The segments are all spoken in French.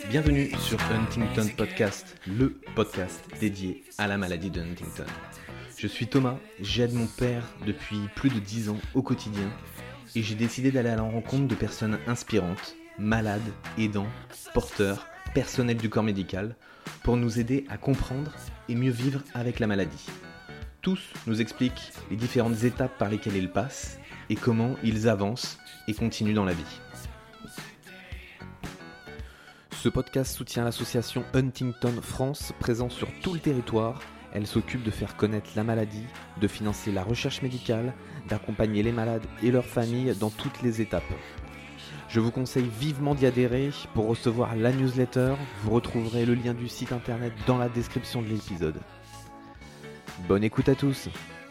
Bienvenue sur Huntington Podcast, le podcast dédié à la maladie de Huntington. Je suis Thomas, j'aide mon père depuis plus de 10 ans au quotidien et j'ai décidé d'aller à la rencontre de personnes inspirantes, malades, aidants, porteurs, personnels du corps médical, pour nous aider à comprendre et mieux vivre avec la maladie. Tous nous expliquent les différentes étapes par lesquelles ils passent et comment ils avancent et continuent dans la vie. Ce podcast soutient l'association Huntington France, présente sur tout le territoire. Elle s'occupe de faire connaître la maladie, de financer la recherche médicale, d'accompagner les malades et leurs familles dans toutes les étapes. Je vous conseille vivement d'y adhérer. Pour recevoir la newsletter, vous retrouverez le lien du site internet dans la description de l'épisode. Bonne écoute à tous.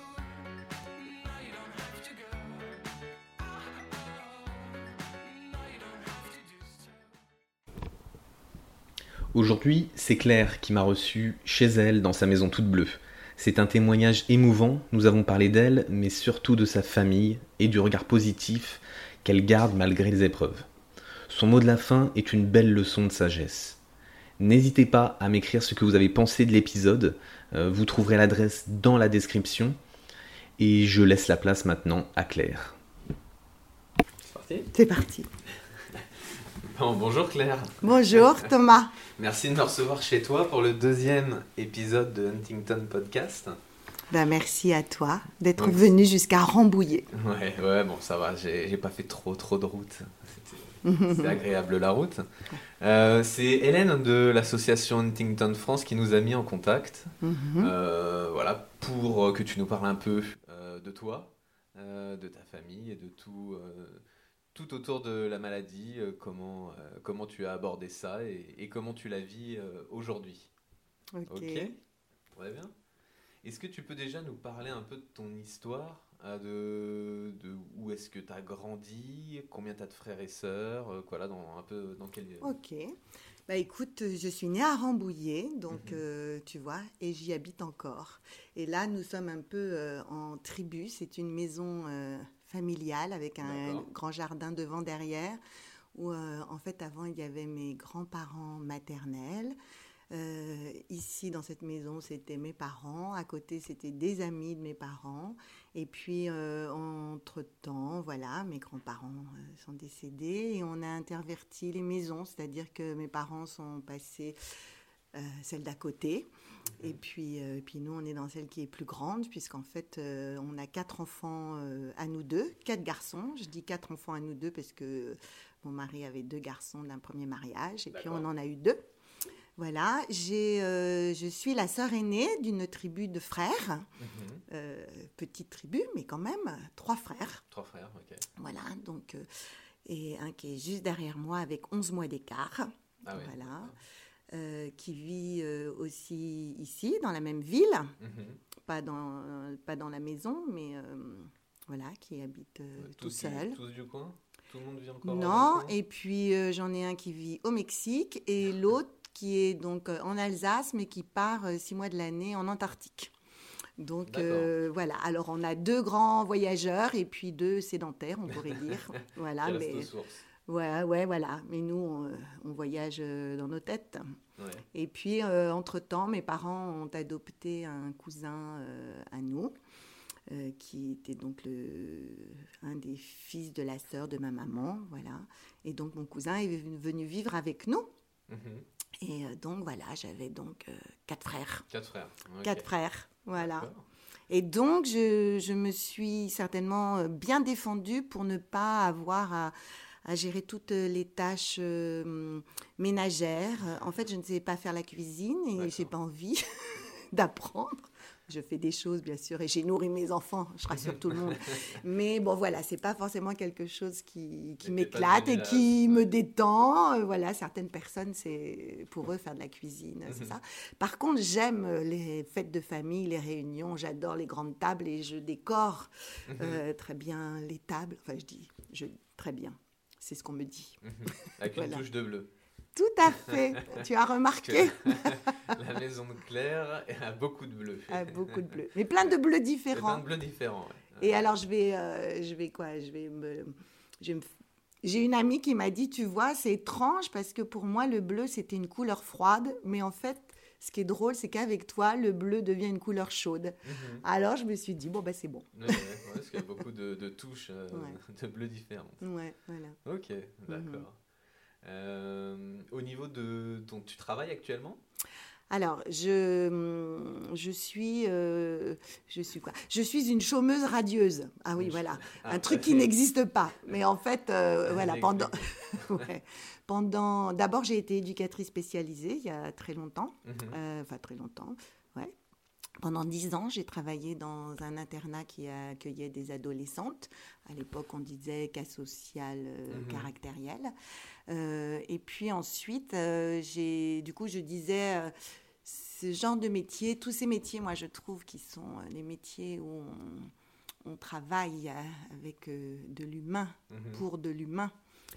Aujourd'hui, c'est Claire qui m'a reçu chez elle dans sa maison toute bleue. C'est un témoignage émouvant, nous avons parlé d'elle, mais surtout de sa famille et du regard positif qu'elle garde malgré les épreuves. Son mot de la fin est une belle leçon de sagesse. N'hésitez pas à m'écrire ce que vous avez pensé de l'épisode, vous trouverez l'adresse dans la description, et je laisse la place maintenant à Claire. C'est parti ? C'est parti. Bon, bonjour Claire. Bonjour Thomas. Merci de me recevoir chez toi pour le deuxième épisode de Huntington Podcast. Merci à toi d'être Donc, venu jusqu'à Rambouillet. Ouais, bon, ça va, j'ai pas fait trop de route. C'est agréable la route. C'est Hélène de l'association Huntington France qui nous a mis en contact. Voilà, pour que tu nous parles un peu de toi, de ta famille et de tout autour de la maladie, comment tu as abordé ça et comment tu la vis aujourd'hui. Ok, très bien. Est-ce que tu peux déjà nous parler un peu de ton histoire, de où est-ce que tu as grandi, combien tu as de frères et sœurs, dans quel... Ok. Écoute, je suis née à Rambouillet, donc tu vois, et j'y habite encore. Et là, nous sommes un peu en tribu. C'est une maison familiale avec un grand jardin devant, derrière, où en fait, avant, il y avait mes grands-parents maternels. Ici, dans cette maison, c'était mes parents. À côté, c'était des amis de mes parents. Et puis, entre-temps, voilà, mes grands-parents sont décédés et on a interverti les maisons. C'est-à-dire que mes parents sont passés celle d'à côté. Et puis nous, on est dans celle qui est plus grande, puisqu'en fait, on a 4 enfants à nous deux, 4 garçons. Je dis 4 enfants à nous deux parce que mon mari avait 2 garçons d'un premier mariage. Et puis, on en a eu 2. Voilà, je suis la sœur aînée d'une tribu de frères, petite tribu, mais quand même 3 frères. 3 frères, ok. Voilà, donc, et un qui est juste derrière moi avec 11 mois d'écart, voilà, qui vit aussi ici, dans la même ville, pas dans la maison, mais voilà, qui habite tout seul. Tous du coin ? Tout le monde vit encore Non, et puis j'en ai un qui vit au Mexique et l'autre qui est donc en Alsace, mais qui part 6 mois de l'année en Antarctique. Donc voilà, alors on a 2 grands voyageurs et puis 2 sédentaires, on pourrait dire. Voilà, qui restent aux sources. Ouais, voilà. Mais nous, on voyage dans nos têtes. Ouais. Et puis, entre-temps, mes parents ont adopté un cousin à nous, qui était donc un des fils de la sœur de ma maman, voilà. Et donc, mon cousin est venu vivre avec nous. Et donc, voilà, j'avais donc 4 frères. 4 frères. Okay. 4 frères, voilà. D'accord. Et donc, je me suis certainement bien défendue pour ne pas avoir à gérer toutes les tâches ménagères. En fait, je ne sais pas faire la cuisine et je n'ai pas envie d'apprendre. Je fais des choses, bien sûr, et j'ai nourri mes enfants, je rassure tout le monde. Mais bon, voilà, c'est pas forcément quelque chose qui m'éclate et qui me détend. Voilà, certaines personnes, c'est pour eux faire de la cuisine, c'est ça. Par contre, j'aime les fêtes de famille, les réunions, j'adore les grandes tables et je décore très bien les tables. Enfin, très bien, c'est ce qu'on me dit. Avec une touche de bleu. Tout à fait, tu as remarqué. La maison de Claire a beaucoup de bleu. Beaucoup de bleu, mais plein de bleus différents. Plein de bleus différents, ouais. Et alors, je vais J'ai une amie qui m'a dit, tu vois, c'est étrange parce que pour moi, le bleu, c'était une couleur froide. Mais en fait, ce qui est drôle, c'est qu'avec toi, le bleu devient une couleur chaude. Mhm. Alors, je me suis dit, bon, c'est bon. Ouais, parce qu'il y a beaucoup de touches Ouais. de bleu différentes. Ouais, voilà. Ok, d'accord. Au niveau de ton... Tu travailles actuellement? Alors, je suis quoi? Je suis une chômeuse radieuse. Ah oui, voilà. Ah, Un truc qui n'existe pas. Mais en fait, voilà, Explique. d'abord, j'ai été éducatrice spécialisée il y a très longtemps. Mhm. Enfin, très longtemps, ouais. Pendant 10 ans, j'ai travaillé dans un internat qui accueillait des adolescentes. À l'époque, on disait cas social caractériel. Et puis ensuite, je disais, ce genre de métier, tous ces métiers, moi, je trouve qu'ils sont les métiers où on travaille avec de l'humain, pour de l'humain.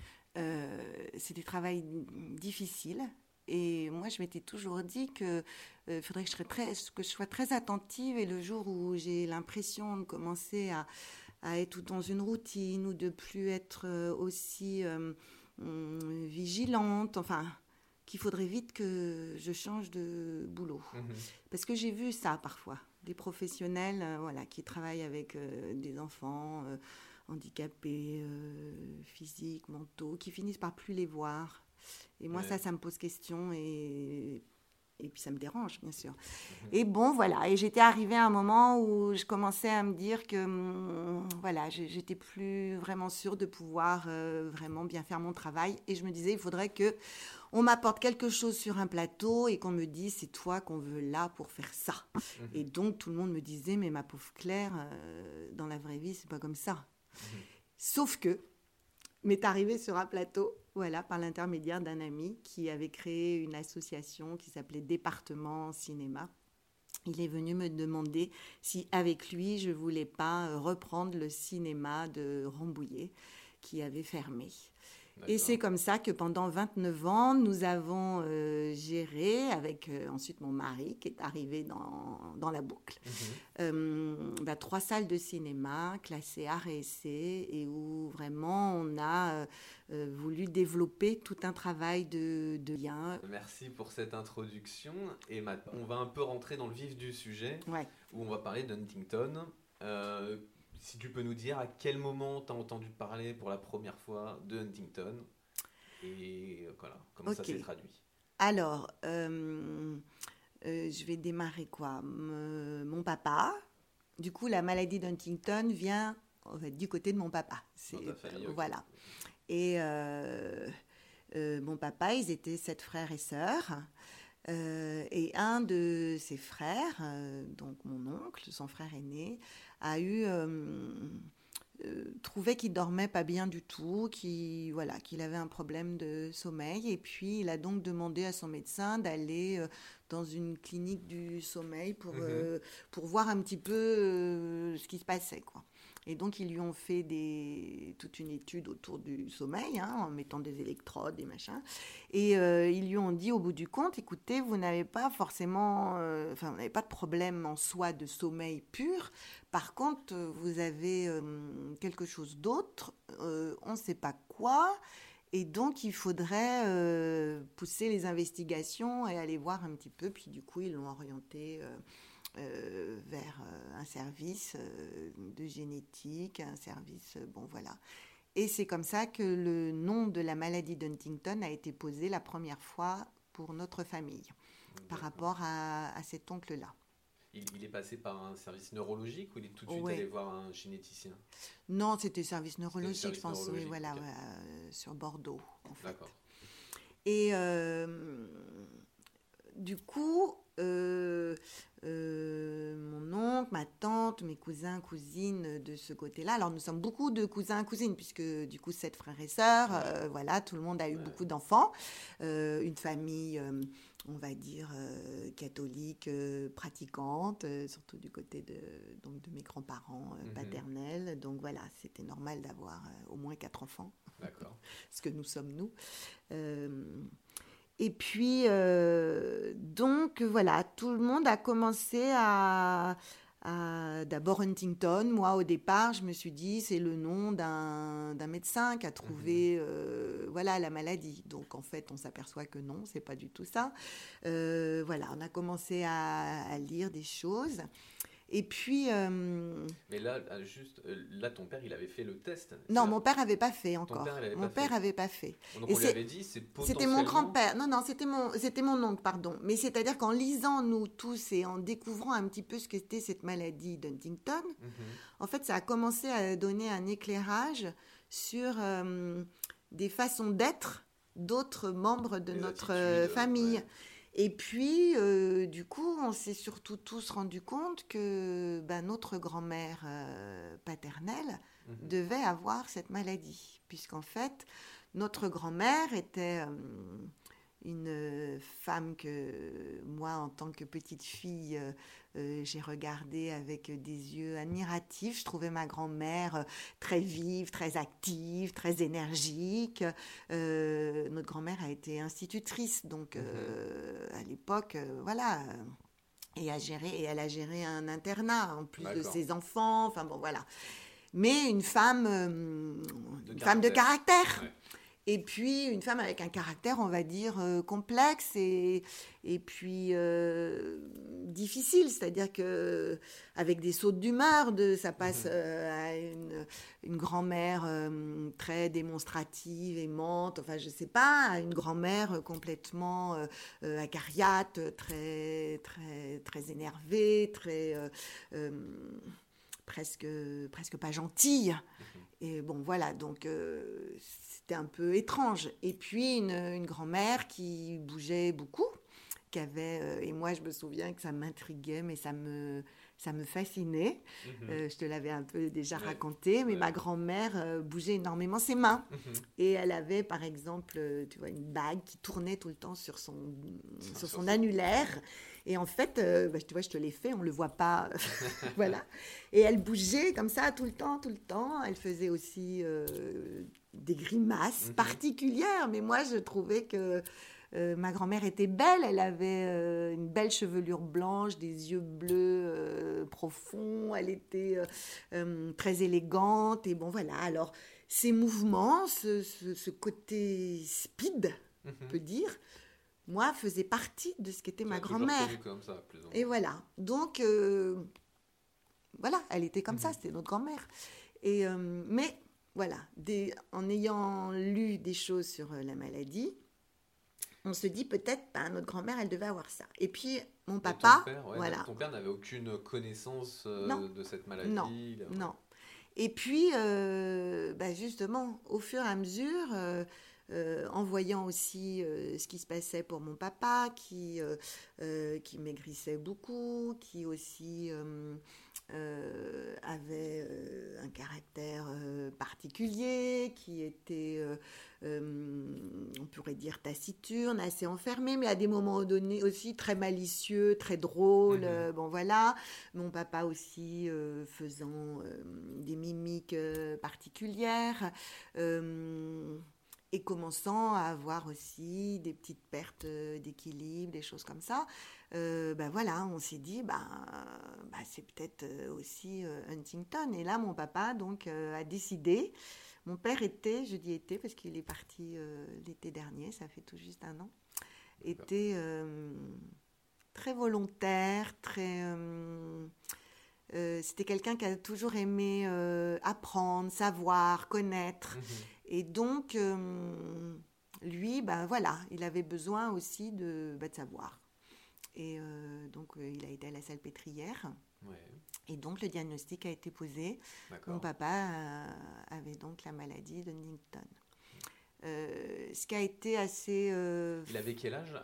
C'est des travails difficiles. Et moi, je m'étais toujours dit que faudrait que je sois très attentive. Et le jour où j'ai l'impression de commencer à être dans une routine ou de plus être aussi vigilante, enfin, qu'il faudrait vite que je change de boulot. Parce que j'ai vu ça parfois, des professionnels voilà, qui travaillent avec des enfants handicapés, physiques, mentaux, qui finissent par plus les voir. Et moi, ça me pose question et puis ça me dérange, bien sûr. Et bon, voilà. Et j'étais arrivée à un moment où je commençais à me dire que, voilà, j'étais plus vraiment sûre de pouvoir vraiment bien faire mon travail. Et je me disais, il faudrait que on m'apporte quelque chose sur un plateau et qu'on me dise, c'est toi qu'on veut là pour faire ça. Et donc, tout le monde me disait, mais ma pauvre Claire, dans la vraie vie, c'est pas comme ça. Sauf que m'est arrivé sur un plateau, voilà, par l'intermédiaire d'un ami qui avait créé une association qui s'appelait Département Cinéma. Il est venu me demander si, avec lui, je voulais pas reprendre le cinéma de Rambouillet qui avait fermé. Et c'est comme ça que pendant 29 ans, nous avons géré, avec ensuite mon mari qui est arrivé dans la boucle, 3 salles de cinéma classées art et essai et où vraiment on a voulu développer tout un travail de lien. Merci pour cette introduction. Et maintenant, on va un peu rentrer dans le vif du sujet, où on va parler d'Huntington. Si tu peux nous dire à quel moment tu as entendu parler pour la première fois de Huntington et voilà, comment ça s'est traduit. Alors, je vais démarrer quoi. Mon papa, du coup, la maladie d'Huntington vient du côté de mon papa. Dans ta famille, okay. Voilà. Et mon papa, ils étaient 7 frères et sœurs. Et un de ses frères, donc mon oncle, son frère aîné, a trouvait qu'il dormait pas bien du tout, qu'il avait un problème de sommeil. Et puis, il a donc demandé à son médecin d'aller dans une clinique du sommeil pour voir un petit peu ce qui se passait, quoi. Et donc, ils lui ont fait toute une étude autour du sommeil, en mettant des électrodes, des machins. Et ils lui ont dit, au bout du compte, écoutez, vous n'avez pas forcément... vous n'avez pas de problème en soi de sommeil pur. Par contre, vous avez quelque chose d'autre, on ne sait pas quoi. Et donc, il faudrait pousser les investigations et aller voir un petit peu. Puis, du coup, ils l'ont orienté... vers un service de génétique, un service, voilà. Et c'est comme ça que le nom de la maladie d'Huntington a été posé la première fois pour notre famille, par rapport à cet oncle-là. Il est passé par un service neurologique ou il est tout de suite allé voir un généticien? Non, c'était service neurologique, je pense, okay. sur Bordeaux, en fait. D'accord. Et du coup... mon oncle, ma tante, mes cousins, cousines de ce côté-là. Alors, nous sommes beaucoup de cousins, cousines, puisque du coup, 7 frères et sœurs, voilà, tout le monde a eu beaucoup d'enfants. Une famille, on va dire, catholique, pratiquante, surtout du côté de mes grands-parents paternels. Donc voilà, c'était normal d'avoir au moins 4 enfants. D'accord. Ce que nous sommes, nous. Et puis, donc, voilà, tout le monde a commencé à d'abord Huntington. Moi, au départ, je me suis dit, c'est le nom d'un médecin qui a trouvé la maladie. Donc, en fait, on s'aperçoit que non, c'est pas du tout ça. On a commencé à lire des choses. Et puis... Mais là, ton père, il avait fait le test. Non, mon père n'avait pas fait encore. Mon père n'avait pas fait. Donc on lui avait dit, c'est potentiellement... C'était mon grand-père. Non, c'était mon oncle, pardon. Mais c'est-à-dire qu'en lisant, nous tous, et en découvrant un petit peu ce qu'était cette maladie d'Huntington, en fait, ça a commencé à donner un éclairage sur des façons d'être d'autres membres de notre famille. Ouais. Et puis, du coup, on s'est surtout tous rendu compte que notre grand-mère paternelle devait avoir cette maladie. Puisqu'en fait, notre grand-mère était une femme que moi, en tant que petite fille, j'ai regardée avec des yeux admiratifs. Je trouvais ma grand-mère très vive, très active, très énergique. Notre grand-mère a été institutrice, donc à l'époque, et elle a géré un internat en plus de ses enfants. Enfin bon, voilà. Mais une femme de caractère. Ouais. Et puis, une femme avec un caractère, on va dire, complexe et puis difficile. C'est-à-dire qu'avec des sautes d'humeur, ça passe à une grand-mère très démonstrative, aimante, enfin, je ne sais pas, à une grand-mère complètement acariate, très, très, très énervée, très... presque pas gentille. Et bon, voilà, donc c'était un peu étrange. Et puis, une grand-mère qui bougeait beaucoup, qui avait... et moi, je me souviens que ça m'intriguait, mais ça me fascinait. Je te l'avais un peu déjà raconté, mais ma grand-mère bougeait énormément ses mains. Et elle avait, par exemple, tu vois, une bague qui tournait tout le temps sur son annulaire. Et en fait, tu vois, je te l'ai fait, on ne le voit pas. Voilà. Et elle bougeait comme ça tout le temps. Elle faisait aussi des grimaces particulières. Mais moi, je trouvais que ma grand-mère était belle. Elle avait une belle chevelure blanche, des yeux bleus profonds. Elle était très élégante. Et bon, voilà. Alors, ces mouvements, ce côté speed, on peut dire, moi, faisait partie de ce qu'était ma grand-mère. Comme ça, plus ou moins. Et voilà. Donc, voilà, elle était comme ça, c'était notre grand-mère. Et, mais, voilà, en ayant lu des choses sur la maladie, on se dit peut-être, notre grand-mère, elle devait avoir ça. Et puis, mon papa, voilà. Ton père n'avait aucune connaissance de cette maladie. Non. Et puis, justement, au fur et à mesure... en voyant aussi ce qui se passait pour mon papa, qui maigrissait beaucoup, qui aussi avait un caractère particulier, qui était, on pourrait dire, taciturne, assez enfermé, mais à des moments donnés aussi très malicieux, très drôle. Bon, voilà. Mon papa aussi faisant des mimiques particulières. Et commençant à avoir aussi des petites pertes d'équilibre, des choses comme ça, voilà, on s'est dit, c'est peut-être aussi Huntington. Et là, mon papa donc a décidé. Mon père était, je dis était parce qu'il est parti l'été dernier, ça fait tout juste 1 an, était très volontaire, très... c'était quelqu'un qui a toujours aimé apprendre, savoir, connaître. Et donc, lui, il avait besoin aussi de savoir. Et donc, il a été à la salpêtrière. Ouais. Et donc, le diagnostic a été posé. D'accord. Mon papa avait donc la maladie de Huntington. Ce qui a été assez... Il avait quel âge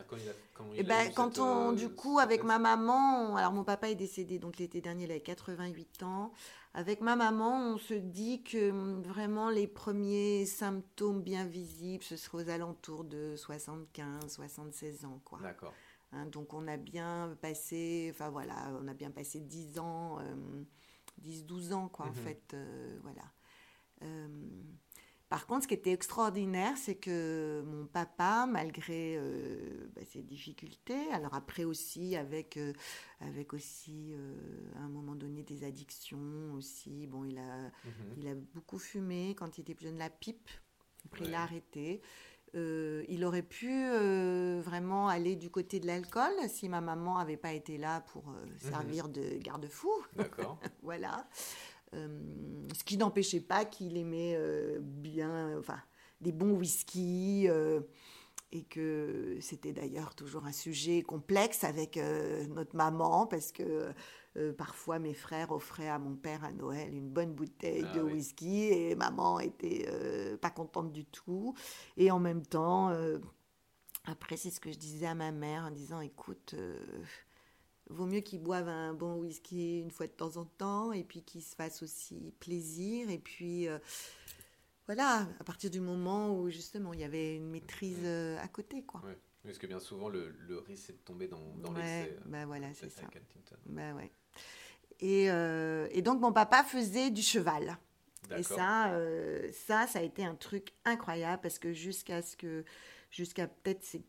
du coup, avec ma maman... Alors, mon papa est décédé donc l'été dernier, il avait 88 ans. Avec ma maman, on se dit que vraiment les premiers symptômes bien visibles, ce serait aux alentours de 75, 76 ans, quoi. D'accord. Donc, on a bien passé... Enfin, voilà, on a bien passé 10 ans, 10-12 ans, quoi, en fait, voilà. Par contre, ce qui était extraordinaire, c'est que mon papa, malgré ses difficultés, alors après aussi avec aussi à un moment donné des addictions aussi. Bon, il a beaucoup fumé quand il était plus jeune, la pipe. Après, il a arrêté. Il aurait pu vraiment aller du côté de l'alcool si ma maman n'avait pas été là pour servir de garde-fou. D'accord. Voilà. Ce qui n'empêchait pas qu'il aimait des bons whisky et que c'était d'ailleurs toujours un sujet complexe avec notre maman parce que parfois mes frères offraient à mon père à Noël une bonne bouteille de whisky et maman était pas contente du tout. Et en même temps, après c'est ce que je disais à ma mère en disant écoute, vaut mieux qu'ils boivent un bon whisky une fois de temps en temps et puis qu'ils se fassent aussi plaisir. Et puis, voilà, à partir du moment où, justement, il y avait une maîtrise à côté, quoi. Oui, parce que bien souvent, le risque, c'est de tomber dans l'excès. Voilà, c'est ça. Ouais. Et donc, mon papa faisait du cheval. D'accord. Et ça a été un truc incroyable parce que jusqu'à peut-être ses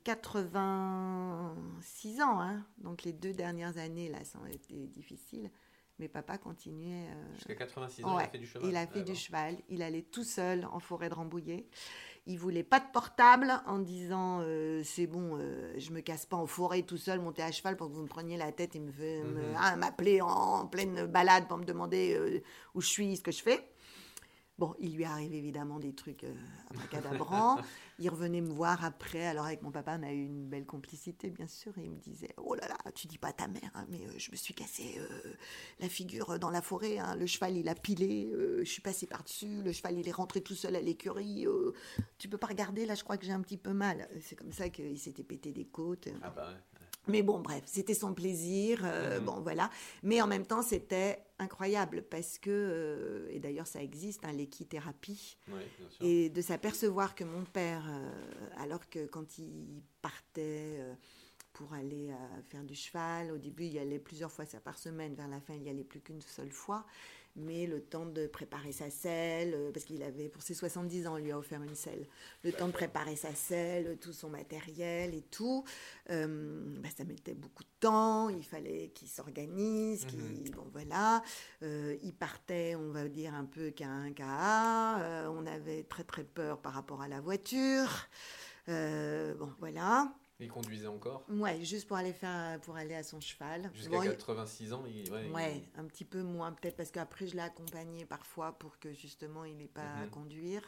86 ans, hein. Donc les 2 dernières années, là, ça a été difficile. Mais papa continuait. Jusqu'à 86 ans, il a fait du cheval. Il a fait du cheval. Il allait tout seul en forêt de Rambouillet. Il voulait pas de portable en disant c'est bon, je me casse pas en forêt tout seul, monter à cheval pour que vous me preniez la tête et m'appeler en pleine balade pour me demander où je suis, ce que je fais. Bon, il lui arrive évidemment des trucs abracadabrants. Il revenait me voir après. Alors, avec mon papa, on a eu une belle complicité, bien sûr. Et il me disait, oh là là, tu dis pas à ta mère, hein, mais je me suis cassé la figure dans la forêt. Hein. Le cheval, il a pilé. Je suis passée par-dessus. Le cheval, il est rentré tout seul à l'écurie. Tu peux pas regarder, là, je crois que j'ai un petit peu mal. C'est comme ça qu'il s'était pété des côtes. Ah bah ouais. Mais bon, bref, c'était son plaisir, bon, voilà. Mais en même temps, c'était incroyable parce que, et d'ailleurs, ça existe, hein, l'équithérapie. Oui, bien sûr. Et de s'apercevoir que mon père, alors que quand il partait pour aller faire du cheval, au début, il y allait plusieurs fois par semaine, vers la fin, il n'y allait plus qu'une seule fois. Mais le temps de préparer sa selle, parce qu'il avait, pour ses 70 ans, on lui a offert une selle. Le temps de préparer sa selle, tout son matériel et tout, ça mettait beaucoup de temps. Il fallait qu'il s'organise, bon voilà. Il partait, on va dire, un peu K1, on avait très très peur par rapport à la voiture. Bon, voilà. Il conduisait encore ? Ouais, juste pour aller à son cheval. Jusqu'à 86 ans, un petit peu moins, peut-être parce qu'après je l'ai accompagné parfois pour que justement il n'ait pas à conduire.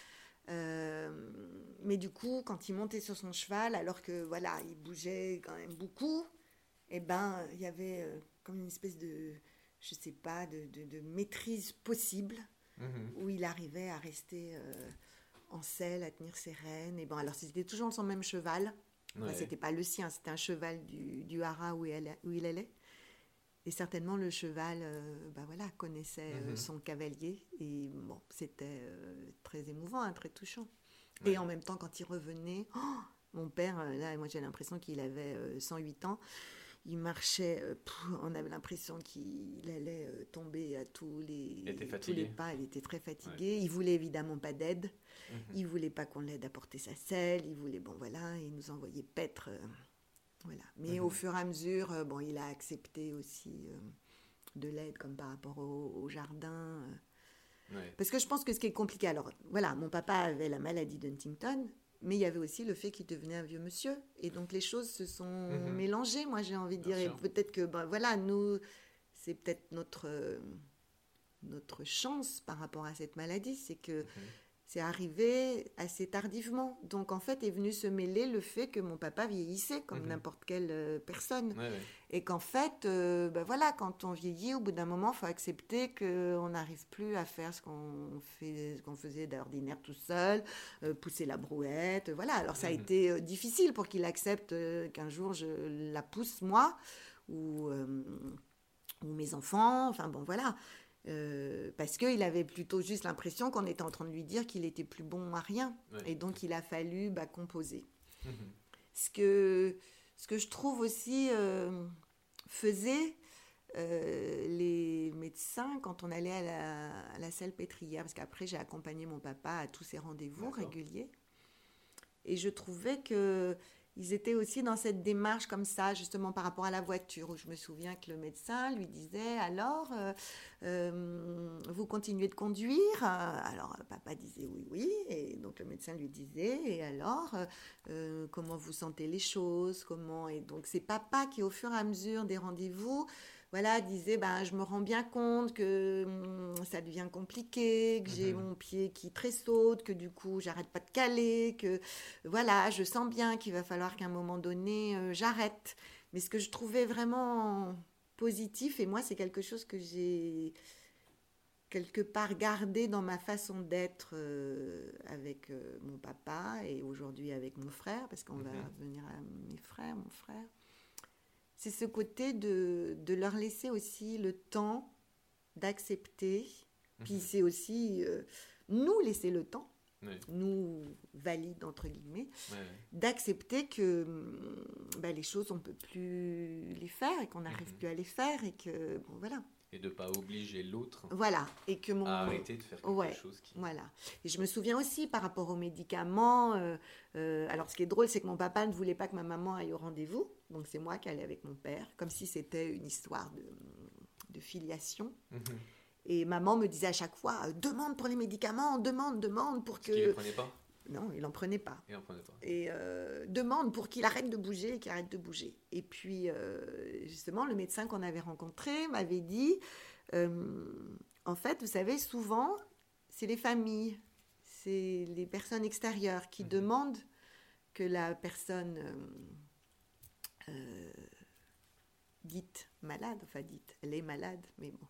Mais du coup, quand il montait sur son cheval, alors que voilà, il bougeait quand même beaucoup, il y avait comme une espèce de, je sais pas, de maîtrise possible où il arrivait à rester en selle, à tenir ses rênes. Et bon, alors c'était toujours son même cheval. Enfin, c'était pas le sien, c'était un cheval du haras où il allait. Et certainement le cheval connaissait son cavalier. Et bon, c'était très émouvant, hein, très touchant. Ouais. Et en même temps, quand il revenait, mon père, là, moi j'ai l'impression qu'il avait 108 ans. Il marchait, on avait l'impression qu'il allait tomber à tous les pas. Il était très fatigué. Ouais. Il voulait évidemment pas d'aide. Il voulait pas qu'on l'aide à porter sa selle. Il voulait, il nous envoyait paître. Voilà. Mais au fur et à mesure, il a accepté aussi de l'aide, comme par rapport au jardin. Parce que je pense que ce qui est compliqué, alors voilà, mon papa avait la maladie d'Huntington. Mais il y avait aussi le fait qu'il devenait un vieux monsieur. Et donc, les choses se sont mélangées, moi, j'ai envie de dire. Et peut-être que, nous, c'est peut-être notre chance par rapport à cette maladie. C'est que c'est arrivé assez tardivement. Donc, en fait, est venu se mêler le fait que mon papa vieillissait comme n'importe quelle personne. Et qu'en fait, quand on vieillit, au bout d'un moment, il faut accepter qu'on n'arrive plus à faire ce qu'on faisait d'ordinaire tout seul, pousser la brouette. Voilà. Alors, ça a été difficile pour qu'il accepte qu'un jour, je la pousse, moi, ou mes enfants. Enfin, bon, voilà. Parce qu'il avait plutôt juste l'impression qu'on était en train de lui dire qu'il était plus bon à rien. Et donc, il a fallu composer. Ce que je trouve aussi faisait, les médecins, quand on allait à la salpêtrière, parce qu'après j'ai accompagné mon papa à tous ses rendez-vous réguliers, et je trouvais qu'ils étaient aussi dans cette démarche comme ça, justement par rapport à la voiture, où je me souviens que le médecin lui disait, alors, vous continuez de conduire? Alors, papa disait oui, et donc le médecin lui disait, et alors, comment vous sentez les choses? Et donc c'est papa qui, au fur et à mesure des rendez-vous, voilà, disait, je me rends bien compte que ça devient compliqué, que j'ai mon pied qui tressaute, que du coup, j'arrête pas de caler, que voilà, je sens bien qu'il va falloir qu'à un moment donné, j'arrête. Mais ce que je trouvais vraiment positif, et moi, c'est quelque chose que j'ai quelque part gardé dans ma façon d'être avec mon papa et aujourd'hui avec mon frère, parce qu'on va venir à mon frère. C'est ce côté de leur laisser aussi le temps d'accepter. Puis c'est aussi nous laisser le temps, nous valides entre guillemets, d'accepter que les choses on ne peut plus les faire et qu'on n'arrive plus à les faire et que voilà. Et de ne pas obliger l'autre et que à arrêter de faire quelque chose qui... Voilà. Et je me souviens aussi par rapport aux médicaments, alors ce qui est drôle, c'est que mon papa ne voulait pas que ma maman aille au rendez-vous, donc c'est moi qui allais avec mon père, comme si c'était une histoire de filiation. Et maman me disait à chaque fois, demande pour les médicaments, demande pour que... Parce qu'il ne les prenait pas? Non, il n'en prenait pas. Et demande pour qu'il arrête de bouger, Et puis, justement, le médecin qu'on avait rencontré m'avait dit, en fait, vous savez, souvent, c'est les familles, c'est les personnes extérieures qui demandent que la personne dite malade, elle est malade, mais bon,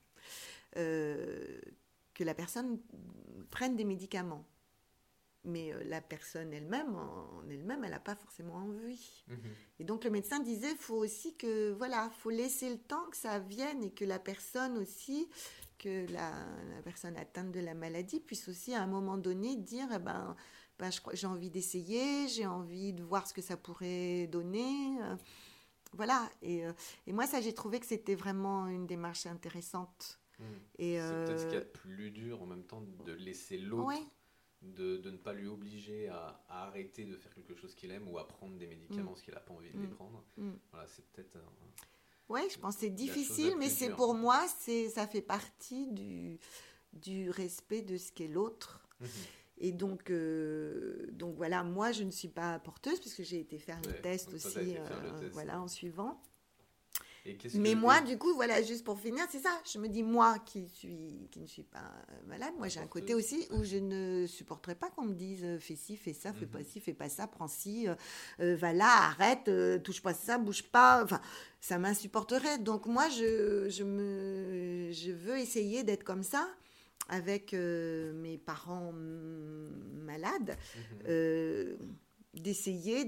que la personne prenne des médicaments. Mais la personne elle-même, elle n'a pas forcément envie. Et donc le médecin disait, faut aussi que, faut laisser le temps que ça vienne et que la personne aussi, que la personne atteinte de la maladie puisse aussi à un moment donné dire, j'ai envie d'essayer, j'ai envie de voir ce que ça pourrait donner. Voilà. Et moi, ça, j'ai trouvé que c'était vraiment une démarche intéressante. Et, c'est peut-être ce qu'il y a de plus dur en même temps, de laisser l'autre... De ne pas lui obliger à arrêter de faire quelque chose qu'il aime ou à prendre des médicaments parce qu'il n'a pas envie de les prendre. Voilà, c'est peut-être... je pense que c'est difficile, mais c'est pour moi, ça fait partie du respect de ce qu'est l'autre. Et donc voilà, moi, je ne suis pas porteuse puisque j'ai été faire le test aussi, en suivant. Mais moi, du coup, juste pour finir, c'est ça. Je me dis, moi qui ne suis pas malade, moi j'ai un côté aussi où je ne supporterais pas qu'on me dise fais ci, fais ça, fais pas ci, fais pas ça, prends ci, va là, arrête, touche pas ça, bouge pas. Enfin, ça m'insupporterait. Donc moi, je veux essayer d'être comme ça avec mes parents malades, d'essayer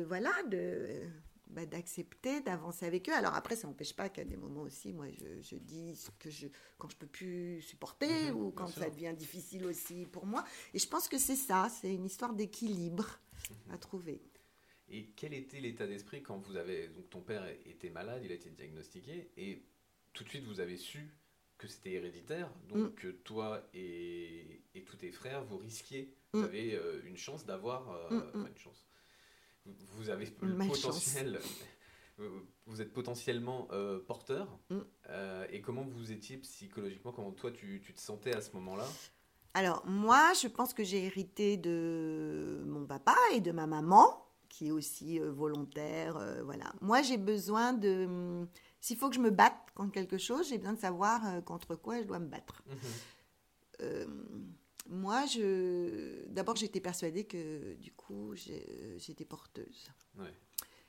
d'accepter, d'avancer avec eux. Alors après, ça n'empêche pas qu'à des moments aussi, moi, je dis ce que quand je peux plus supporter ou quand ça devient difficile aussi pour moi. Et je pense que c'est ça, c'est une histoire d'équilibre à trouver. Et quel était l'état d'esprit quand donc ton père était malade, il a été diagnostiqué, et tout de suite vous avez su que c'était héréditaire, donc que toi et tous tes frères, vous risquiez, vous avez une chance d'avoir, une chance. Vous avez le potentiel, vous êtes potentiellement porteur. Et comment vous étiez psychologiquement, comment toi tu te sentais à ce moment-là? Alors moi, je pense que j'ai hérité de mon papa et de ma maman, qui est aussi volontaire. Moi, j'ai besoin de... S'il faut que je me batte contre quelque chose, j'ai besoin de savoir contre quoi je dois me battre. Moi, d'abord, j'étais persuadée que, du coup, j'étais porteuse. Pourquoi ?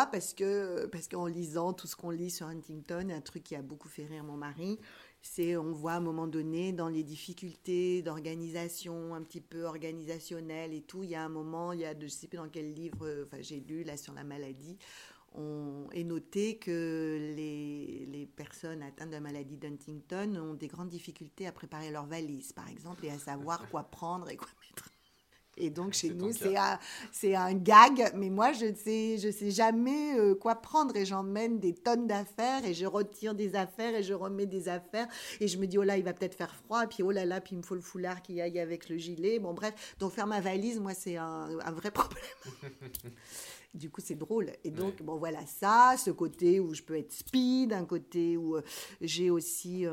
Parce qu'en lisant tout ce qu'on lit sur Huntington, un truc qui a beaucoup fait rire mon mari, c'est on voit à un moment donné, dans les difficultés d'organisation, un petit peu organisationnelles et tout, il y a un moment, je ne sais plus dans quel livre, j'ai lu là sur la maladie, on est noté que les personnes atteintes de la maladie d'Huntington ont des grandes difficultés à préparer leurs valises, par exemple, et à savoir quoi prendre et quoi mettre. Et donc, chez C'est nous, ton cas. c'est un gag. Mais moi, je sais jamais quoi prendre. Et j'emmène des tonnes d'affaires. Et je retire des affaires. Et je remets des affaires. Et je me dis, oh là, il va peut-être faire froid. Puis, oh là là, puis il me faut le foulard qui aille avec le gilet. Bon, bref. Donc, faire ma valise, moi, c'est un vrai problème. Du coup, c'est drôle. Et donc, Ouais. bon, voilà ça. Ce côté où je peux être speed. Un côté où j'ai aussi...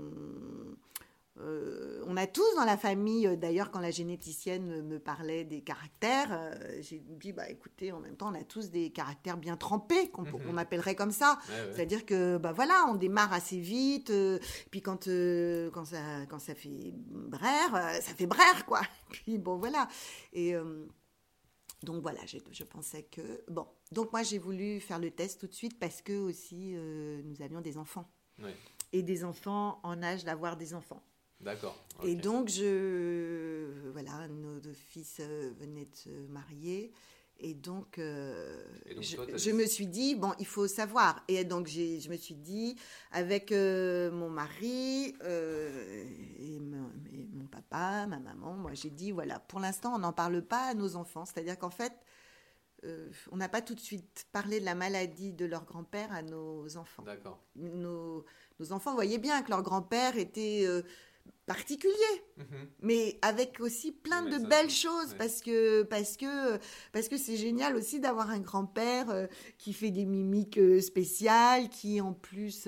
on a tous dans la famille, d'ailleurs, quand la généticienne me parlait des caractères, j'ai dit, bah écoutez, en même temps, on a tous des caractères bien trempés, qu'on appellerait comme ça. Ouais, ouais. C'est-à-dire que, bah voilà, on démarre assez vite, puis quand ça fait brère, ça fait brère, quoi. Puis bon, voilà. Et donc voilà, je pensais que... Bon, donc moi, j'ai voulu faire le test tout de suite parce que aussi, nous avions des enfants. Ouais. Et des enfants en âge d'avoir des enfants. D'accord. Et ok. donc, voilà, nos deux fils venaient de se marier. Et donc, Et donc, toi, je me suis dit, bon, il faut savoir. Et donc, je me suis dit, avec mon mari et mon papa, ma maman, moi, j'ai dit, voilà, pour l'instant, on n'en parle pas à nos enfants. C'est-à-dire qu'en fait, on n'a pas tout de suite parlé de la maladie de leur grand-père à nos enfants. D'accord. Nos enfants voyaient bien que leur grand-père était... particulier, Mhm. mais avec aussi plein Mais de ça, belles c'est- choses ouais. parce que c'est génial aussi d'avoir un grand-père qui fait des mimiques spéciales, qui en plus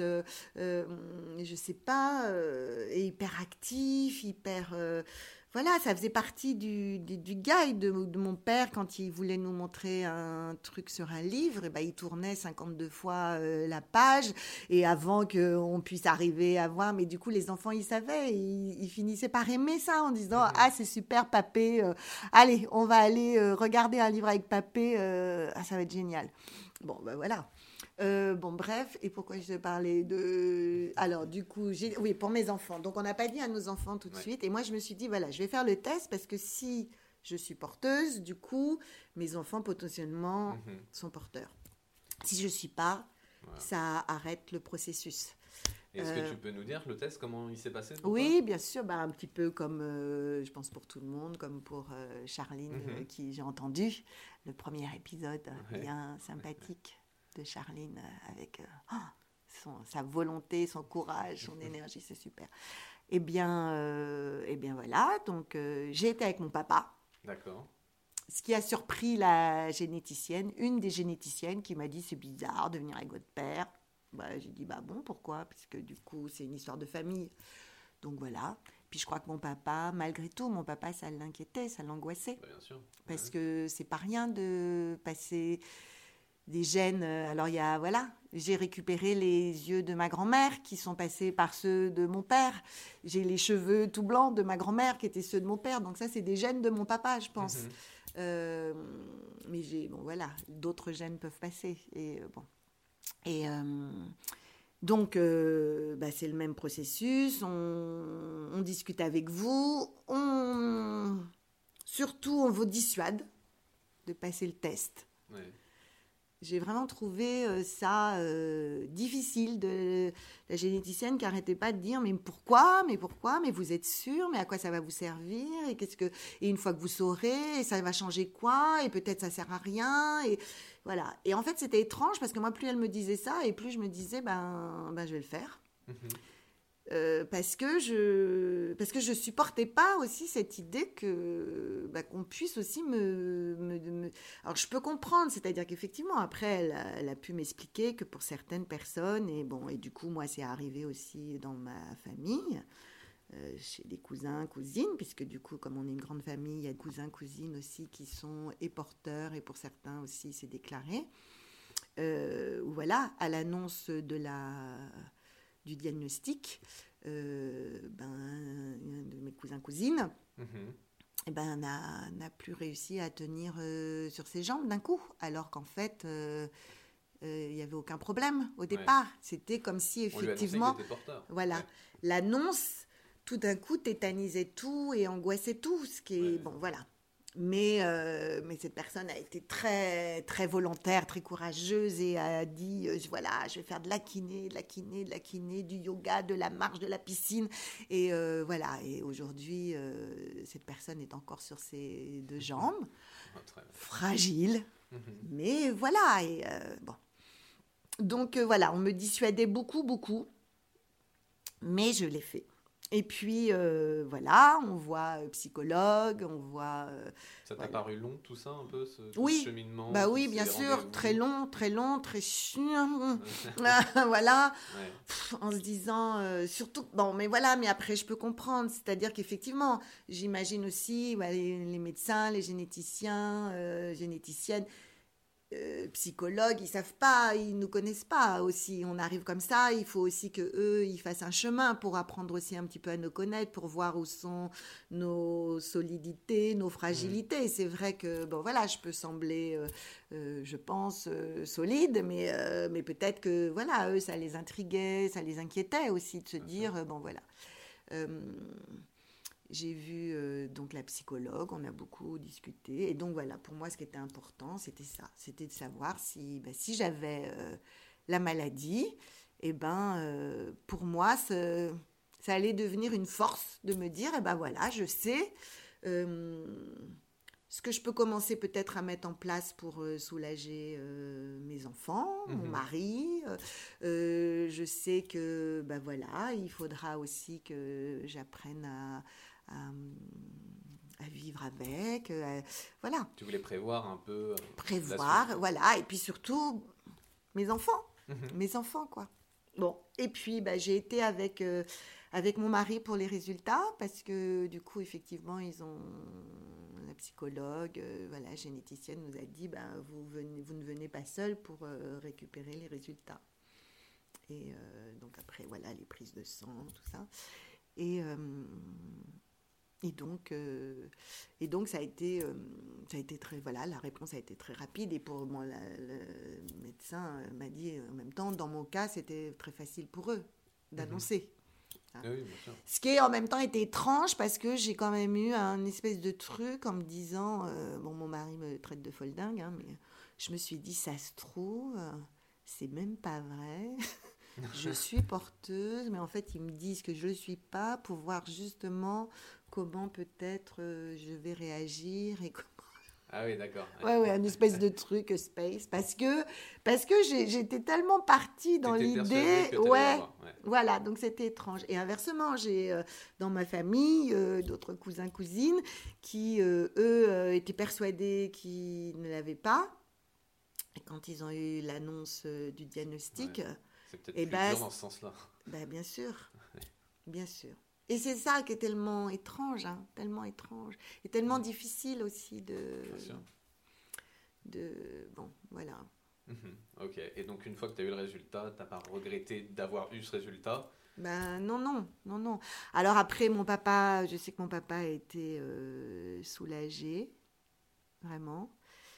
je sais pas est hyper actif, hyper voilà, ça faisait partie du guide de mon père quand il voulait nous montrer un truc sur un livre, et ben, il tournait 52 fois la page, et avant qu'on puisse arriver à voir, mais du coup les enfants ils savaient, ils finissaient par aimer ça en disant ah c'est super papé, allez on va aller regarder un livre avec papé, ah, ça va être génial. Bon ben voilà. Bon, bref, et pourquoi je te parlais de... Alors, du coup, oui, pour mes enfants. Donc, on n'a pas dit à nos enfants tout de suite. Et moi, je me suis dit, voilà, je vais faire le test parce que si je suis porteuse, du coup, mes enfants, potentiellement, sont porteurs. Si je ne suis pas, ça arrête le processus. Est-ce que tu peux nous dire le test, comment il s'est passé pour Oui, bien sûr, bah, un petit peu comme, je pense pour tout le monde, comme pour Charline, qui j'ai entendu, le premier épisode bien sympathique de Charline avec sa volonté, son courage, son énergie, c'est super. Eh bien voilà, donc j'ai été avec mon papa. D'accord. Ce qui a surpris la généticienne, une des généticiennes qui m'a dit c'est bizarre de venir avec votre père. Bah, j'ai dit bah bon, pourquoi? Parce que du coup c'est une histoire de famille. Donc voilà. Puis je crois que mon papa, malgré tout, mon papa ça l'inquiétait, ça l'angoissait. Bah, bien sûr. Parce que c'est pas rien de passer des gènes. Alors il y a, voilà, j'ai récupéré les yeux de ma grand-mère qui sont passés par ceux de mon père. J'ai les cheveux tout blancs de ma grand-mère qui étaient ceux de mon père. Donc ça c'est des gènes de mon papa, je pense. Mais voilà, d'autres gènes peuvent passer. Et bon. Et donc, c'est le même processus. On discute avec vous. Surtout, on vous dissuade de passer le test. Ouais. J'ai vraiment trouvé ça difficile de la généticienne qui n'arrêtait pas de dire mais pourquoi, mais vous êtes sûr, mais à quoi ça va vous servir, et une fois que vous saurez, et ça va changer quoi, et peut-être ça sert à rien, et voilà. Et en fait c'était étrange parce que moi plus elle me disait ça et plus je me disais ben je vais le faire. Parce que je supportais pas aussi cette idée qu'on puisse aussi Alors je peux comprendre, c'est-à-dire qu'effectivement après elle a pu m'expliquer que pour certaines personnes et du coup moi c'est arrivé aussi dans ma famille, chez des cousins, cousines, puisque du coup comme on est une grande famille, il y a des cousins, cousines aussi qui sont porteurs et pour certains aussi c'est déclaré. Voilà, à l'annonce du diagnostic, un de mes cousins cousines n'a plus réussi à tenir sur ses jambes d'un coup, alors qu'en fait il n'y avait aucun problème au départ. C'était comme si effectivement voilà, l'annonce tout d'un coup tétanisait tout et angoissait tout, ce qui est bon voilà. Mais cette personne a été très, très volontaire, très courageuse et a dit, voilà, je vais faire de la kiné, du yoga, de la marche, de la piscine. Et voilà, et aujourd'hui, cette personne est encore sur ses deux jambes, fragile. Mais voilà, et bon. Donc voilà, on me dissuadait beaucoup, beaucoup, mais je l'ai fait. Et puis, voilà, on voit psychologue, on voit... ça t'a paru long, tout ça, un peu, ce oui. cheminement? Bah oui, bien sûr, très long, très chiant. Voilà, ouais. En se disant, surtout... Bon, mais voilà, mais après, je peux comprendre. C'est-à-dire qu'effectivement, j'imagine aussi les médecins, les généticiens, généticiennes, psychologues, ils savent pas, ils nous connaissent pas aussi. On arrive comme ça, il faut aussi que eux, ils fassent un chemin pour apprendre aussi un petit peu à nous connaître, pour voir où sont nos solidités, nos fragilités. C'est vrai que bon voilà, je peux sembler, je pense, solide, mais peut-être que voilà, eux, ça les intriguait, ça les inquiétait aussi de se dire bon voilà. J'ai vu donc la psychologue, on a beaucoup discuté. Et donc voilà, pour moi, ce qui était important, c'était ça. C'était de savoir si j'avais la maladie, pour moi, ça allait devenir une force de me dire, voilà, je sais ce que je peux commencer peut-être à mettre en place pour soulager mes enfants, mon mari. Je sais que, voilà, il faudra aussi que j'apprenne à vivre avec, voilà. Tu voulais prévoir un peu prévoir, voilà, et puis surtout mes enfants, quoi. Bon, et puis j'ai été avec mon mari pour les résultats, parce que du coup, effectivement, la psychologue, voilà, généticienne nous a dit, vous ne venez pas seul pour récupérer les résultats. Et donc après, voilà, les prises de sang, tout ça. Et donc ça a été très, voilà, la réponse a été très rapide. Et pour moi, le médecin m'a dit en même temps, dans mon cas, c'était très facile pour eux d'annoncer. Hein. Oui, bien sûr. Ce qui en même temps était étrange, parce que j'ai quand même eu un espèce de truc en me disant, mon mari me traite de folle dingue, hein, mais je me suis dit, ça se trouve, c'est même pas vrai. Je suis porteuse, mais en fait, ils me disent que je ne le suis pas, pour voir justement comment peut-être je vais réagir et comment... Ah oui, d'accord. Ouais, une espèce de truc space, parce que j'étais tellement partie dans l'idée, voilà, donc c'était étrange. Et inversement, j'ai dans ma famille d'autres cousins, cousines qui, eux, étaient persuadés qu'ils ne l'avaient pas. Et quand ils ont eu l'annonce du diagnostic... C'est peut-être plus dur dans ce sens-là. Bien sûr, bien sûr. Et c'est ça qui est tellement étrange, hein, tellement étrange. Et tellement difficile aussi bon, voilà. Ok, et donc une fois que tu as eu le résultat, tu n'as pas regretté d'avoir eu ce résultat? Non. Alors après, je sais que mon papa a été soulagé, vraiment.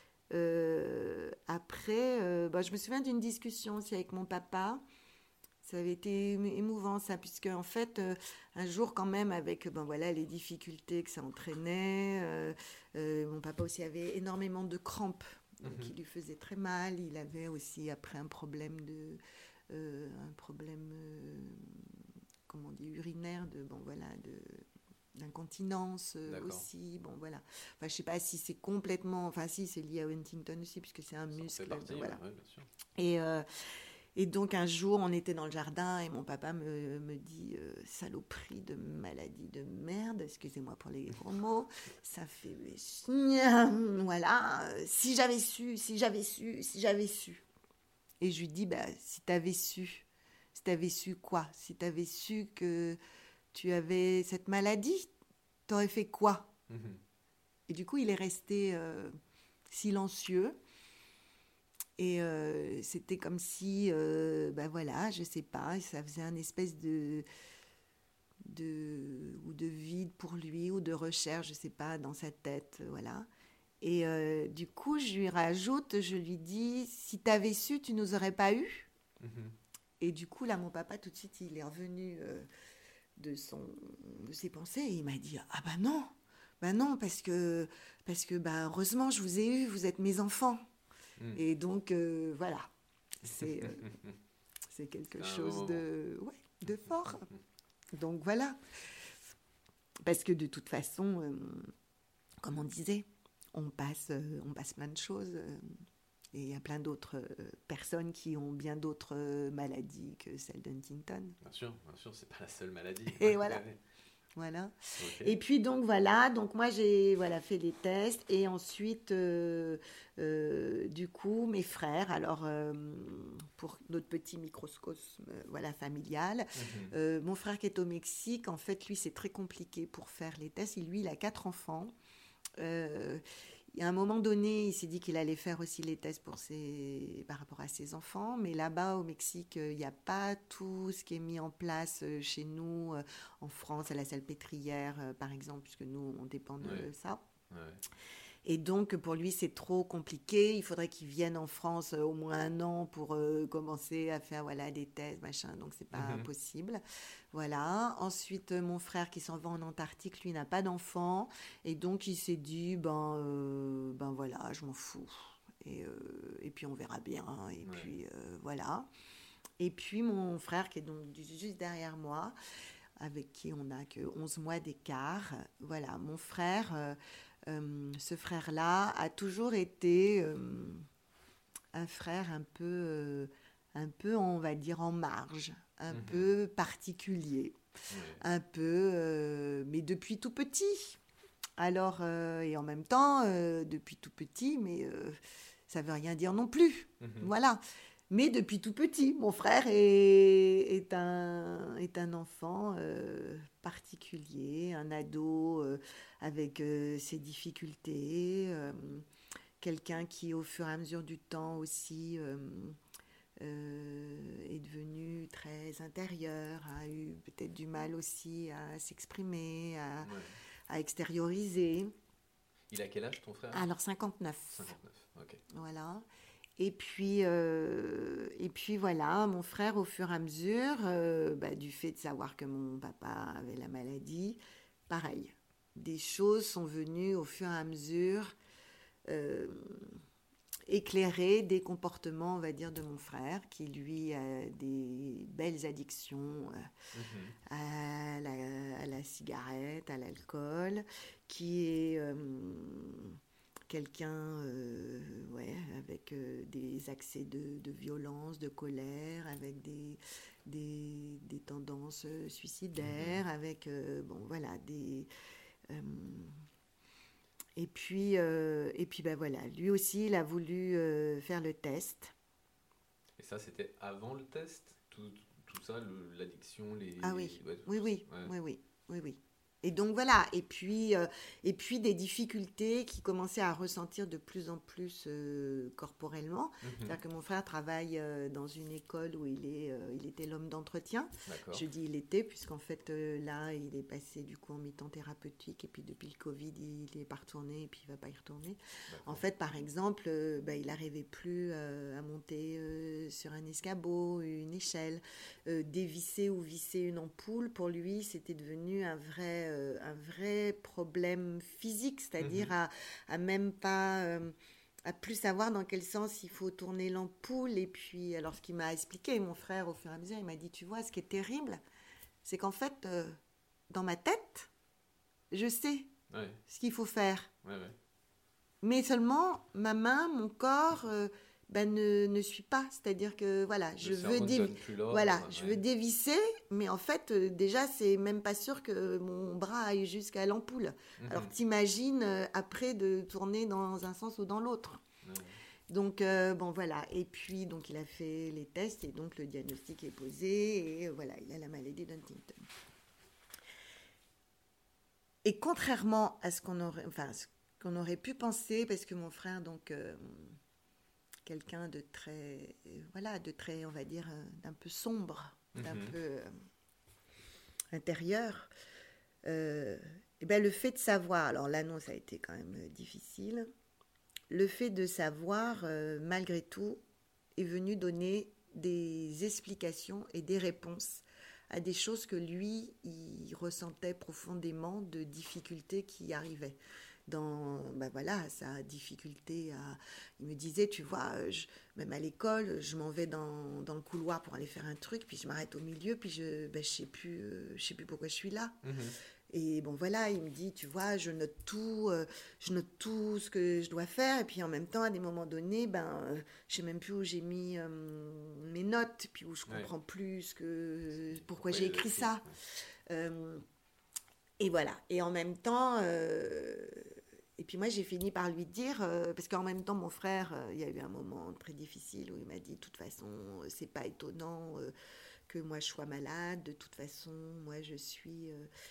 Après, je me souviens d'une discussion aussi avec mon papa. Ça avait été émouvant, ça, puisque en fait, un jour quand même, avec les difficultés que ça entraînait, mon papa aussi avait énormément de crampes, donc il lui faisait très mal. Il avait aussi après un problème comment on dit, urinaire, d'incontinence aussi, bon voilà. Enfin, je sais pas si c'est complètement, si c'est lié à Huntington aussi, puisque c'est un muscle, voilà. Ouais, bien sûr. Et donc un jour, on était dans le jardin et mon papa me dit saloperie de maladie de merde, excusez-moi pour les gros mots, ça fait voilà, si j'avais su. Et je lui dis si t'avais su quoi, si t'avais su que tu avais cette maladie, t'aurais fait quoi? Et du coup, il est resté silencieux. Et c'était comme si, je sais pas, ça faisait un espèce de vide pour lui, ou de recherche, je sais pas, dans sa tête, voilà. Et du coup, je lui dis, si t'avais su, tu nous aurais pas eu. Et du coup, là, mon papa, tout de suite, il est revenu de ses pensées, et il m'a dit, Ben non, parce que ben, heureusement, je vous ai eu, vous êtes mes enfants. Et donc, voilà, c'est quelque chose de fort. Donc, voilà. Parce que de toute façon, comme on disait, on passe plein de choses. Et il y a plein d'autres personnes qui ont bien d'autres maladies que celle d'Huntington. Bien sûr, c'est pas la seule maladie. Et voilà. Voilà. Okay. Et puis donc moi j'ai fait les tests et ensuite du coup mes frères, alors pour notre petit microcosme familial, mon frère qui est au Mexique, en fait lui c'est très compliqué pour faire les tests. Il a 4 enfants. À un moment donné, il s'est dit qu'il allait faire aussi les tests par rapport à ses enfants. Mais là-bas, au Mexique, il n'y a pas tout ce qui est mis en place chez nous, en France, à la Salpêtrière, par exemple, puisque nous, on dépend de ça. Ouais. Et donc, pour lui, c'est trop compliqué. Il faudrait qu'il vienne en France au moins 1 an pour commencer à faire des tests, machin. Donc, c'est pas possible. Voilà. Ensuite, mon frère qui s'en va en Antarctique, lui, n'a pas d'enfant. Et donc, il s'est dit, voilà, je m'en fous. Et puis, on verra bien. Et puis, voilà. Et puis, mon frère qui est donc juste derrière moi, avec qui on n'a que 11 mois d'écart. Voilà, mon frère... ce frère-là a toujours été un frère un peu, on va dire, en marge, un peu particulier, un peu, mais depuis tout petit. Alors, et en même temps, depuis tout petit, mais ça ne veut rien dire non plus. Voilà. Mais depuis tout petit, mon frère est un enfant particulier, un ado avec ses difficultés, quelqu'un qui, au fur et à mesure du temps aussi, est devenu très intérieur, a eu peut-être du mal aussi à s'exprimer, à extérioriser. Il a quel âge, ton frère ? Alors, 59. 59, ok. Voilà. Et puis voilà, mon frère, au fur et à mesure, du fait de savoir que mon papa avait la maladie, pareil. Des choses sont venues au fur et à mesure éclairer des comportements, on va dire, de mon frère, qui lui a des belles addictions à la cigarette, à l'alcool, qui est... quelqu'un avec des accès de violence, de colère, avec des tendances suicidaires, avec des... Et puis lui aussi, il a voulu faire le test. Et ça, c'était avant le test ? Tout ça, l'addiction, les... Ah oui, oui. Et donc voilà, et puis des difficultés qu'il commençait à ressentir de plus en plus corporellement. C'est-à-dire que mon frère travaille dans une école où il était l'homme d'entretien. D'accord. Je dis il était, puisqu'en fait là, il est passé du coup en mi-temps thérapeutique, et puis depuis le Covid, il n'est pas retourné, et puis il ne va pas y retourner. D'accord. En fait, par exemple, il n'arrivait plus à monter sur un escabeau, une échelle, dévisser ou visser une ampoule. Pour lui, c'était devenu un vrai problème physique, c'est-à-dire à même pas à plus savoir dans quel sens il faut tourner l'ampoule. Et puis, alors ce qu'il m'a expliqué, mon frère, au fur et à mesure, il m'a dit, tu vois, ce qui est terrible, c'est qu'en fait, dans ma tête, je sais ce qu'il faut faire. Mais seulement, ma main, mon corps... ne suit pas, c'est-à-dire que je veux dévisser, mais en fait déjà c'est même pas sûr que mon bras aille jusqu'à l'ampoule. Alors t'imagines après de tourner dans un sens ou dans l'autre. Donc et puis donc il a fait les tests et donc le diagnostic est posé et il a la maladie d'Huntington. Et contrairement à ce qu'on aurait pu penser, parce que mon frère donc quelqu'un de très, on va dire, d'un peu sombre, d'un peu intérieur. Le fait de savoir, alors là, non, ça a été quand même difficile, le fait de savoir, malgré tout, est venu donner des explications et des réponses à des choses que lui, il ressentait profondément de difficultés qui arrivaient. Sa difficulté il me disait, tu vois, même à l'école, je m'en vais dans le couloir pour aller faire un truc, puis je m'arrête au milieu, puis je sais plus pourquoi je suis là. Et il me dit, tu vois, je note tout ce que je dois faire, et puis en même temps, à des moments donnés, je sais même plus où j'ai mis mes notes, puis où je comprends plus pourquoi j'ai écrit ça. Et voilà. Et en même temps, et puis moi, j'ai fini par lui dire, parce qu'en même temps, mon frère, il y a eu un moment très difficile où il m'a dit, de toute façon, c'est pas étonnant que moi je sois malade. De toute façon, moi je suis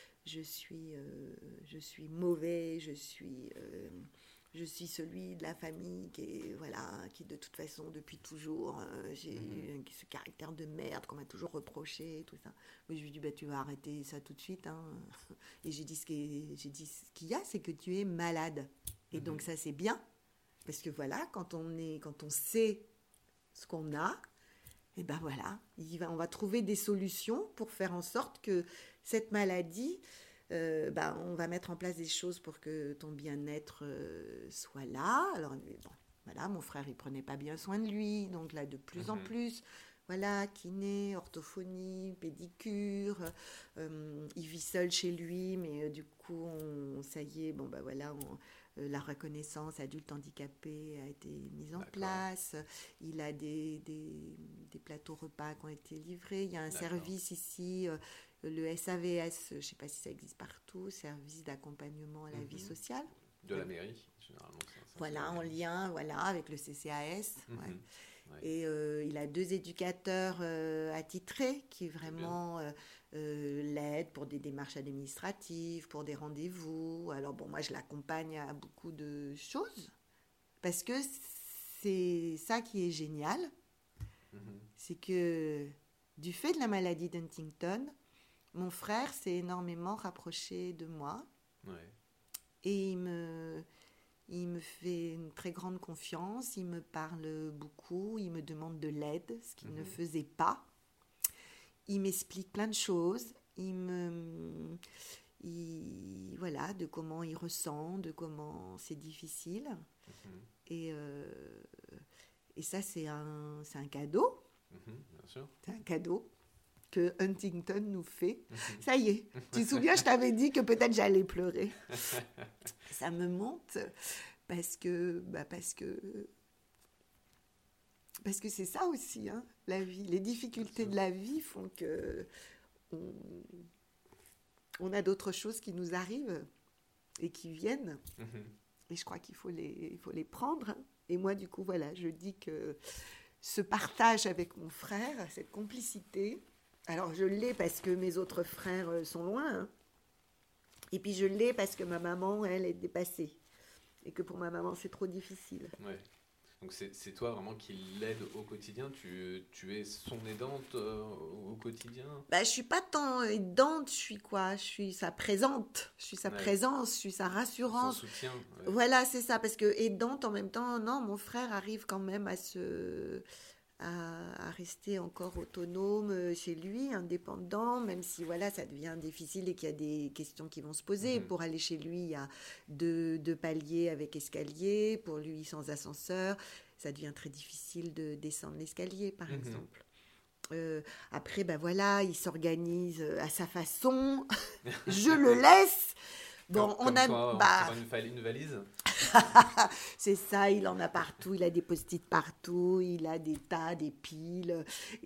mauvais, je suis celui de la famille qui de toute façon depuis toujours j'ai eu ce caractère de merde qu'on m'a toujours reproché et tout ça. Mais je lui ai dit tu vas arrêter ça tout de suite hein. Et j'ai dit ce qu'il y a, c'est que tu es malade. Et donc ça c'est bien parce que voilà, quand on sait ce qu'on a, et on va trouver des solutions pour faire en sorte que cette maladie, on va mettre en place des choses pour que ton bien-être soit là. Alors, mon frère, il prenait pas bien soin de lui, donc là, de plus en plus, kiné, orthophonie, pédicure, il vit seul chez lui, mais du coup, ça y est, la reconnaissance adulte handicapé a été mise en place. Il a des plateaux repas qui ont été livrés. Il y a un service ici, le SAVS, je ne sais pas si ça existe partout, service d'accompagnement à la vie sociale. De la mairie, généralement. En lien avec le CCAS. Et il a 2 éducateurs attitrés qui vraiment l'aident pour des démarches administratives, pour des rendez-vous. Alors moi je l'accompagne à beaucoup de choses parce que c'est ça qui est génial. C'est que du fait de la maladie d'Huntington, mon frère s'est énormément rapproché de moi. Et il me fait une très grande confiance, il me parle beaucoup, il me demande de l'aide, ce qu'il ne faisait pas. Il m'explique plein de choses, de comment il ressent, de comment c'est difficile. Et ça, c'est un cadeau. Bien sûr. C'est un cadeau que Huntington nous fait. Ça y est, tu te souviens, je t'avais dit que peut-être j'allais pleurer. Ça me monte parce que c'est ça aussi, hein, la vie. Les difficultés de la vie font que on a d'autres choses qui nous arrivent et qui viennent. Et je crois qu'il faut les prendre. Et moi, du coup, je dis que ce partage avec mon frère, cette complicité, alors je l'ai parce que mes autres frères sont loin, hein. Et puis je l'ai parce que ma maman, elle, est dépassée. Et que pour ma maman, c'est trop difficile. Ouais. Donc c'est toi vraiment qui l'aide au quotidien. Tu es son aidante au quotidien. Je suis pas tant aidante, je suis quoi ? Je suis sa présente, je suis sa présence, je suis sa rassurance. Son soutien. Voilà, c'est ça. Parce que aidante en même temps, non, mon frère arrive quand même à rester encore autonome chez lui, indépendant, même si ça devient difficile et qu'il y a des questions qui vont se poser. Pour aller chez lui, il y a deux paliers avec escalier, pour lui sans ascenseur, ça devient très difficile de descendre l'escalier, par exemple. Après, il s'organise à sa façon, je le laisse. Bon, on a une valise. C'est ça, il en a partout, il a des post-it partout, il a des piles,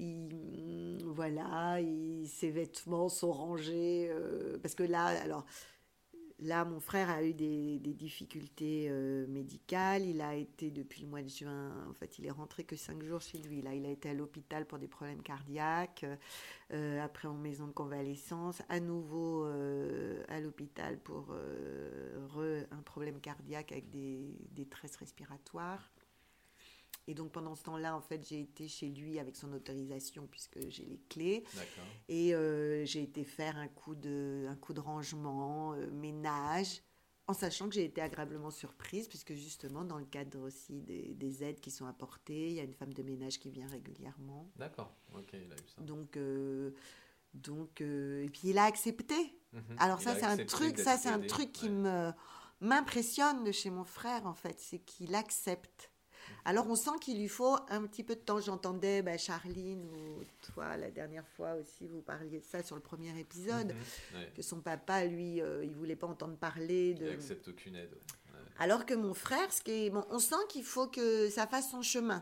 ses vêtements sont rangés, parce que là, mon frère a eu des difficultés médicales, il a été depuis le mois de juin, en fait, il est rentré que 5 jours chez lui, là, il a été à l'hôpital pour des problèmes cardiaques, après en maison de convalescence, à nouveau à l'hôpital pour un problème cardiaque avec des détresses respiratoires. Et donc pendant ce temps-là, en fait, j'ai été chez lui avec son autorisation puisque j'ai les clés. D'accord. Et j'ai été faire un coup de rangement, ménage, en sachant que j'ai été agréablement surprise puisque justement dans le cadre aussi des aides qui sont apportées, il y a une femme de ménage qui vient régulièrement. D'accord, ok, il a eu ça. Donc Donc, et puis il a accepté. Alors ça, c'est un truc qui m'impressionne de chez mon frère, en fait, c'est qu'il accepte. Alors, on sent qu'il lui faut un petit peu de temps. J'entendais Charline ou toi, la dernière fois aussi, vous parliez de ça sur le premier épisode, que son papa, lui, il ne voulait pas entendre parler de... Il n'accepte aucune aide. Ouais. Alors que mon frère, on sent qu'il faut que ça fasse son chemin.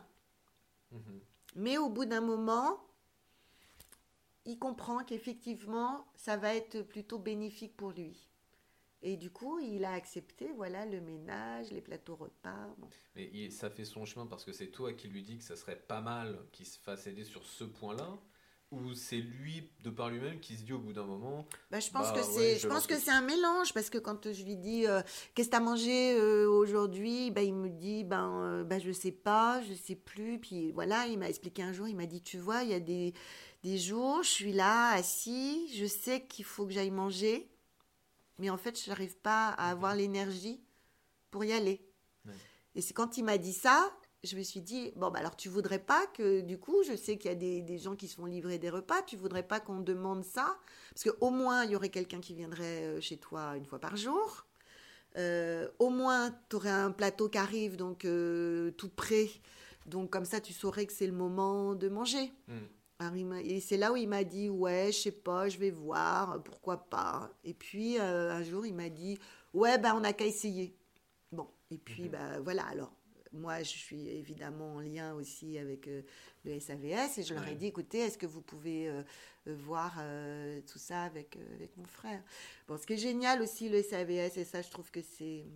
Mais au bout d'un moment, il comprend qu'effectivement, ça va être plutôt bénéfique pour lui. Et du coup, il a accepté, le ménage, les plateaux repas. Bon. Mais ça fait son chemin parce que c'est toi qui lui dis que ça serait pas mal qu'il se fasse aider sur ce point-là, ou c'est lui, de par lui-même, qui se dit au bout d'un moment... Je pense que c'est un mélange, parce que quand je lui dis « Qu'est-ce que tu as mangé aujourd'hui ?» il me dit je sais pas, je sais plus. Puis voilà, il m'a expliqué un jour, il m'a dit « Tu vois, il y a des jours, je suis là, assis, je sais qu'il faut que j'aille manger. » Mais en fait, je n'arrive pas à avoir l'énergie pour y aller. Ouais. Et c'est quand il m'a dit ça, je me suis dit, alors tu ne voudrais pas que, du coup, je sais qu'il y a des gens qui se font livrer des repas, tu ne voudrais pas qu'on demande ça? Parce qu'au moins, il y aurait quelqu'un qui viendrait chez toi une fois par jour. Au moins, tu aurais un plateau qui arrive, donc tout prêt. Donc comme ça, tu saurais que c'est le moment de manger. Alors, et c'est là où il m'a dit, ouais, je sais pas, je vais voir, pourquoi pas. Et puis, un jour, il m'a dit, ouais, on n'a qu'à essayer. Bon, et puis, voilà, alors, moi, je suis évidemment en lien aussi avec le SAVS, et je leur ai dit, écoutez, est-ce que vous pouvez voir tout ça avec mon frère? Bon, ce qui est génial aussi, le SAVS, et ça, je trouve que c'est...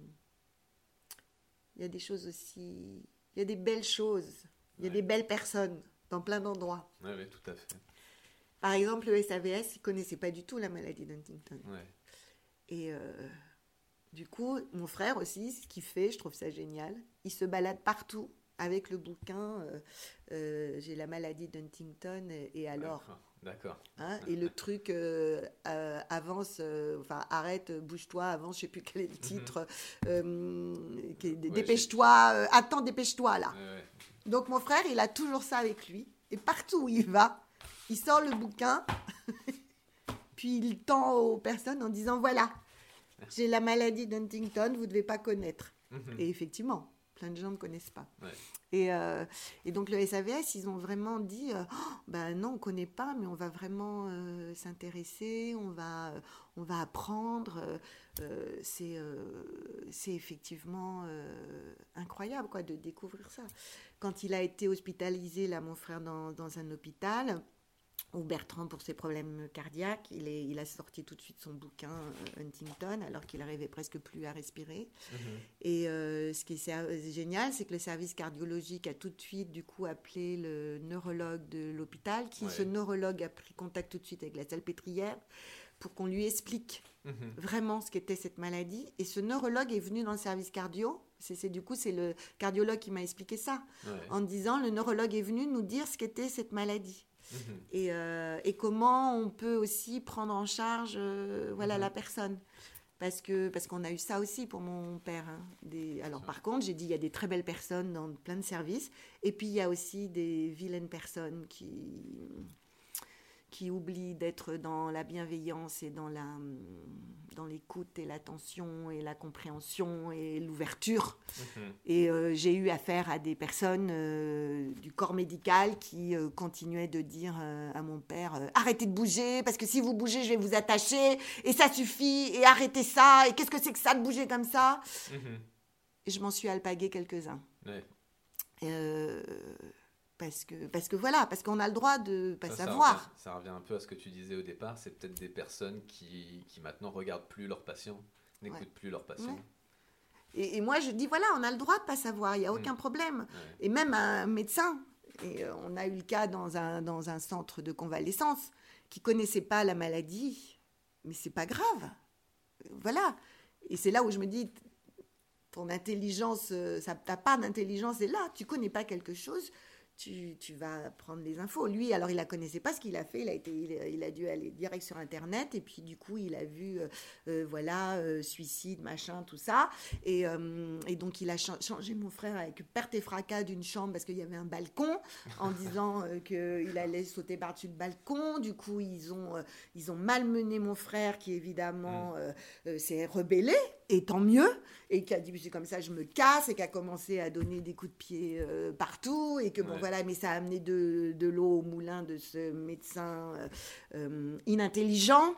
Il y a des choses aussi... Il y a des belles choses, il y a des belles personnes dans plein d'endroits. Oui, tout à fait. Par exemple, le SAVS, il ne connaissait pas du tout la maladie d'Huntington. Ouais. Et du coup, mon frère aussi, ce qu'il fait, je trouve ça génial, il se balade partout avec le bouquin « J'ai la maladie d'Huntington et alors ?» D'accord. Et le truc avance, arrête, bouge-toi, avance, je ne sais plus quel est le titre, dépêche-toi, attends, dépêche-toi là. Ouais. Donc mon frère, il a toujours ça avec lui, et partout où il va, il sort le bouquin, puis il tend aux personnes en disant, voilà, j'ai la maladie d'Huntington, vous ne devez pas connaître. Et effectivement, plein de gens ne connaissent pas. Ouais. Et donc le SAVS, ils ont vraiment dit, non, on ne connaît pas, mais on va vraiment s'intéresser, on va apprendre. C'est effectivement incroyable de découvrir ça. Quand il a été hospitalisé, là, mon frère, dans un hôpital, ou Bertrand pour ses problèmes cardiaques, il a sorti tout de suite son bouquin Huntington, alors qu'il n'arrivait presque plus à respirer. Et ce qui est génial, c'est que le service cardiologique a tout de suite du coup appelé le neurologue de l'hôpital, ce neurologue a pris contact tout de suite avec la salpêtrière pour qu'on lui explique vraiment ce qu'était cette maladie. Et ce neurologue est venu dans le service cardio. C'est le cardiologue qui m'a expliqué ça, en disant, le neurologue est venu nous dire ce qu'était cette maladie. Et comment on peut aussi prendre en charge la personne. Parce qu'on a eu ça aussi pour mon père. Alors par contre, j'ai dit, il y a des très belles personnes dans plein de services. Et puis il y a aussi des vilaines personnes qui oublient d'être dans la bienveillance et dans l'écoute et l'attention et la compréhension et l'ouverture. Et j'ai eu affaire à des personnes du corps médical qui continuaient de dire à mon père « Arrêtez de bouger, parce que si vous bougez, je vais vous attacher, et ça suffit, et arrêtez ça, et qu'est-ce que c'est que ça de bouger comme ça ?» Et je m'en suis alpagué quelques-uns. Ouais. Parce qu'on a le droit de ne pas savoir. Ça revient un peu à ce que tu disais au départ, c'est peut-être des personnes qui maintenant regardent plus leurs patients, n'écoutent plus leurs patients. Ouais. Et moi, je dis, voilà, on a le droit de ne pas savoir, il n'y a aucun problème. Ouais. Et même un médecin, et on a eu le cas dans un centre de convalescence, qui ne connaissait pas la maladie, mais ce n'est pas grave. Voilà. Et c'est là où je me dis, ton intelligence, ta part d'intelligence est là, tu ne connais pas quelque chose, tu vas prendre les infos. Lui, alors il la connaissait pas ce qu'il a fait. Il a dû aller direct sur Internet et puis du coup, il a vu, suicide, machin, tout ça. Et donc, il a changé mon frère avec perte et fracas d'une chambre parce qu'il y avait un balcon en disant qu'il allait sauter par-dessus le balcon. Du coup, ils ont malmené mon frère qui, évidemment, s'est rebellé. Et tant mieux, et qui a dit c'est comme ça je me casse, et qui a commencé à donner des coups de pied partout, et que mais ça a amené de l'eau au moulin de ce médecin inintelligent.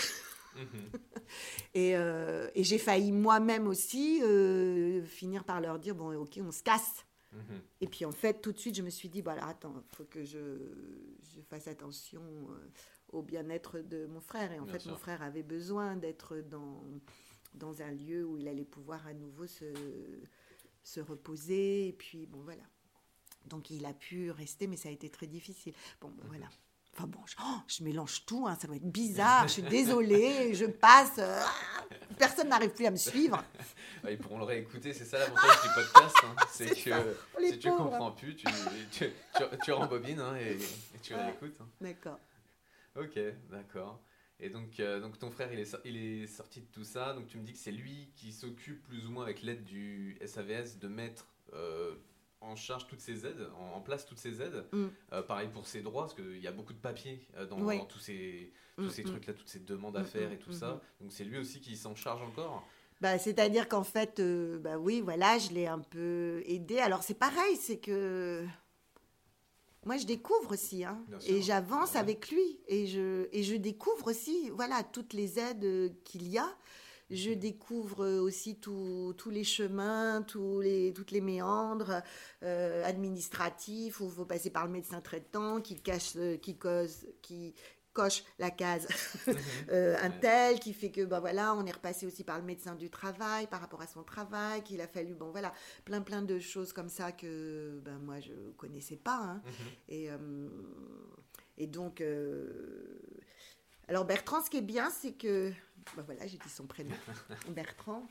Et j'ai failli moi-même aussi finir par leur dire bon ok on se casse. Et puis en fait tout de suite je me suis dit voilà attends faut que je fasse attention au bien-être de mon frère, et en fait mon frère avait besoin d'être dans un lieu où il allait pouvoir à nouveau se reposer, et puis bon voilà. Donc il a pu rester, mais ça a été très difficile. Bon ben, voilà. Enfin bon, je mélange tout, hein, ça va être bizarre, je suis désolée, je passe, personne n'arrive plus à me suivre. Ils pourront le réécouter, c'est ça l'avantage du podcast, hein, c'est que si tu comprends plus, tu rembobines et tu réécoutes. Hein. D'accord. Ok, d'accord. Et donc ton frère, il est sorti de tout ça. Donc tu me dis que c'est lui qui s'occupe plus ou moins avec l'aide du SAVS de mettre en charge toutes ces aides, en place toutes ces aides. Pareil pour ses droits, parce qu'il y a beaucoup de papiers dans tous ces trucs-là, toutes ces demandes à faire et tout ça. Donc c'est lui aussi qui s'en charge encore. C'est-à-dire qu'en fait, oui, voilà, je l'ai un peu aidé. Alors c'est pareil, c'est que... Moi, je découvre aussi, hein, et j'avance avec lui, et je découvre aussi, voilà, toutes les aides qu'il y a. Je découvre aussi tous les chemins, toutes les méandres administratifs où il faut passer par le médecin traitant qui coche la case un tel, qui fait que voilà, on est repassé aussi par le médecin du travail par rapport à son travail, qu'il a fallu plein de choses comme ça que moi je connaissais pas, hein. Et donc alors Bertrand, ce qui est bien, c'est que voilà, j'ai dit son prénom. Bertrand,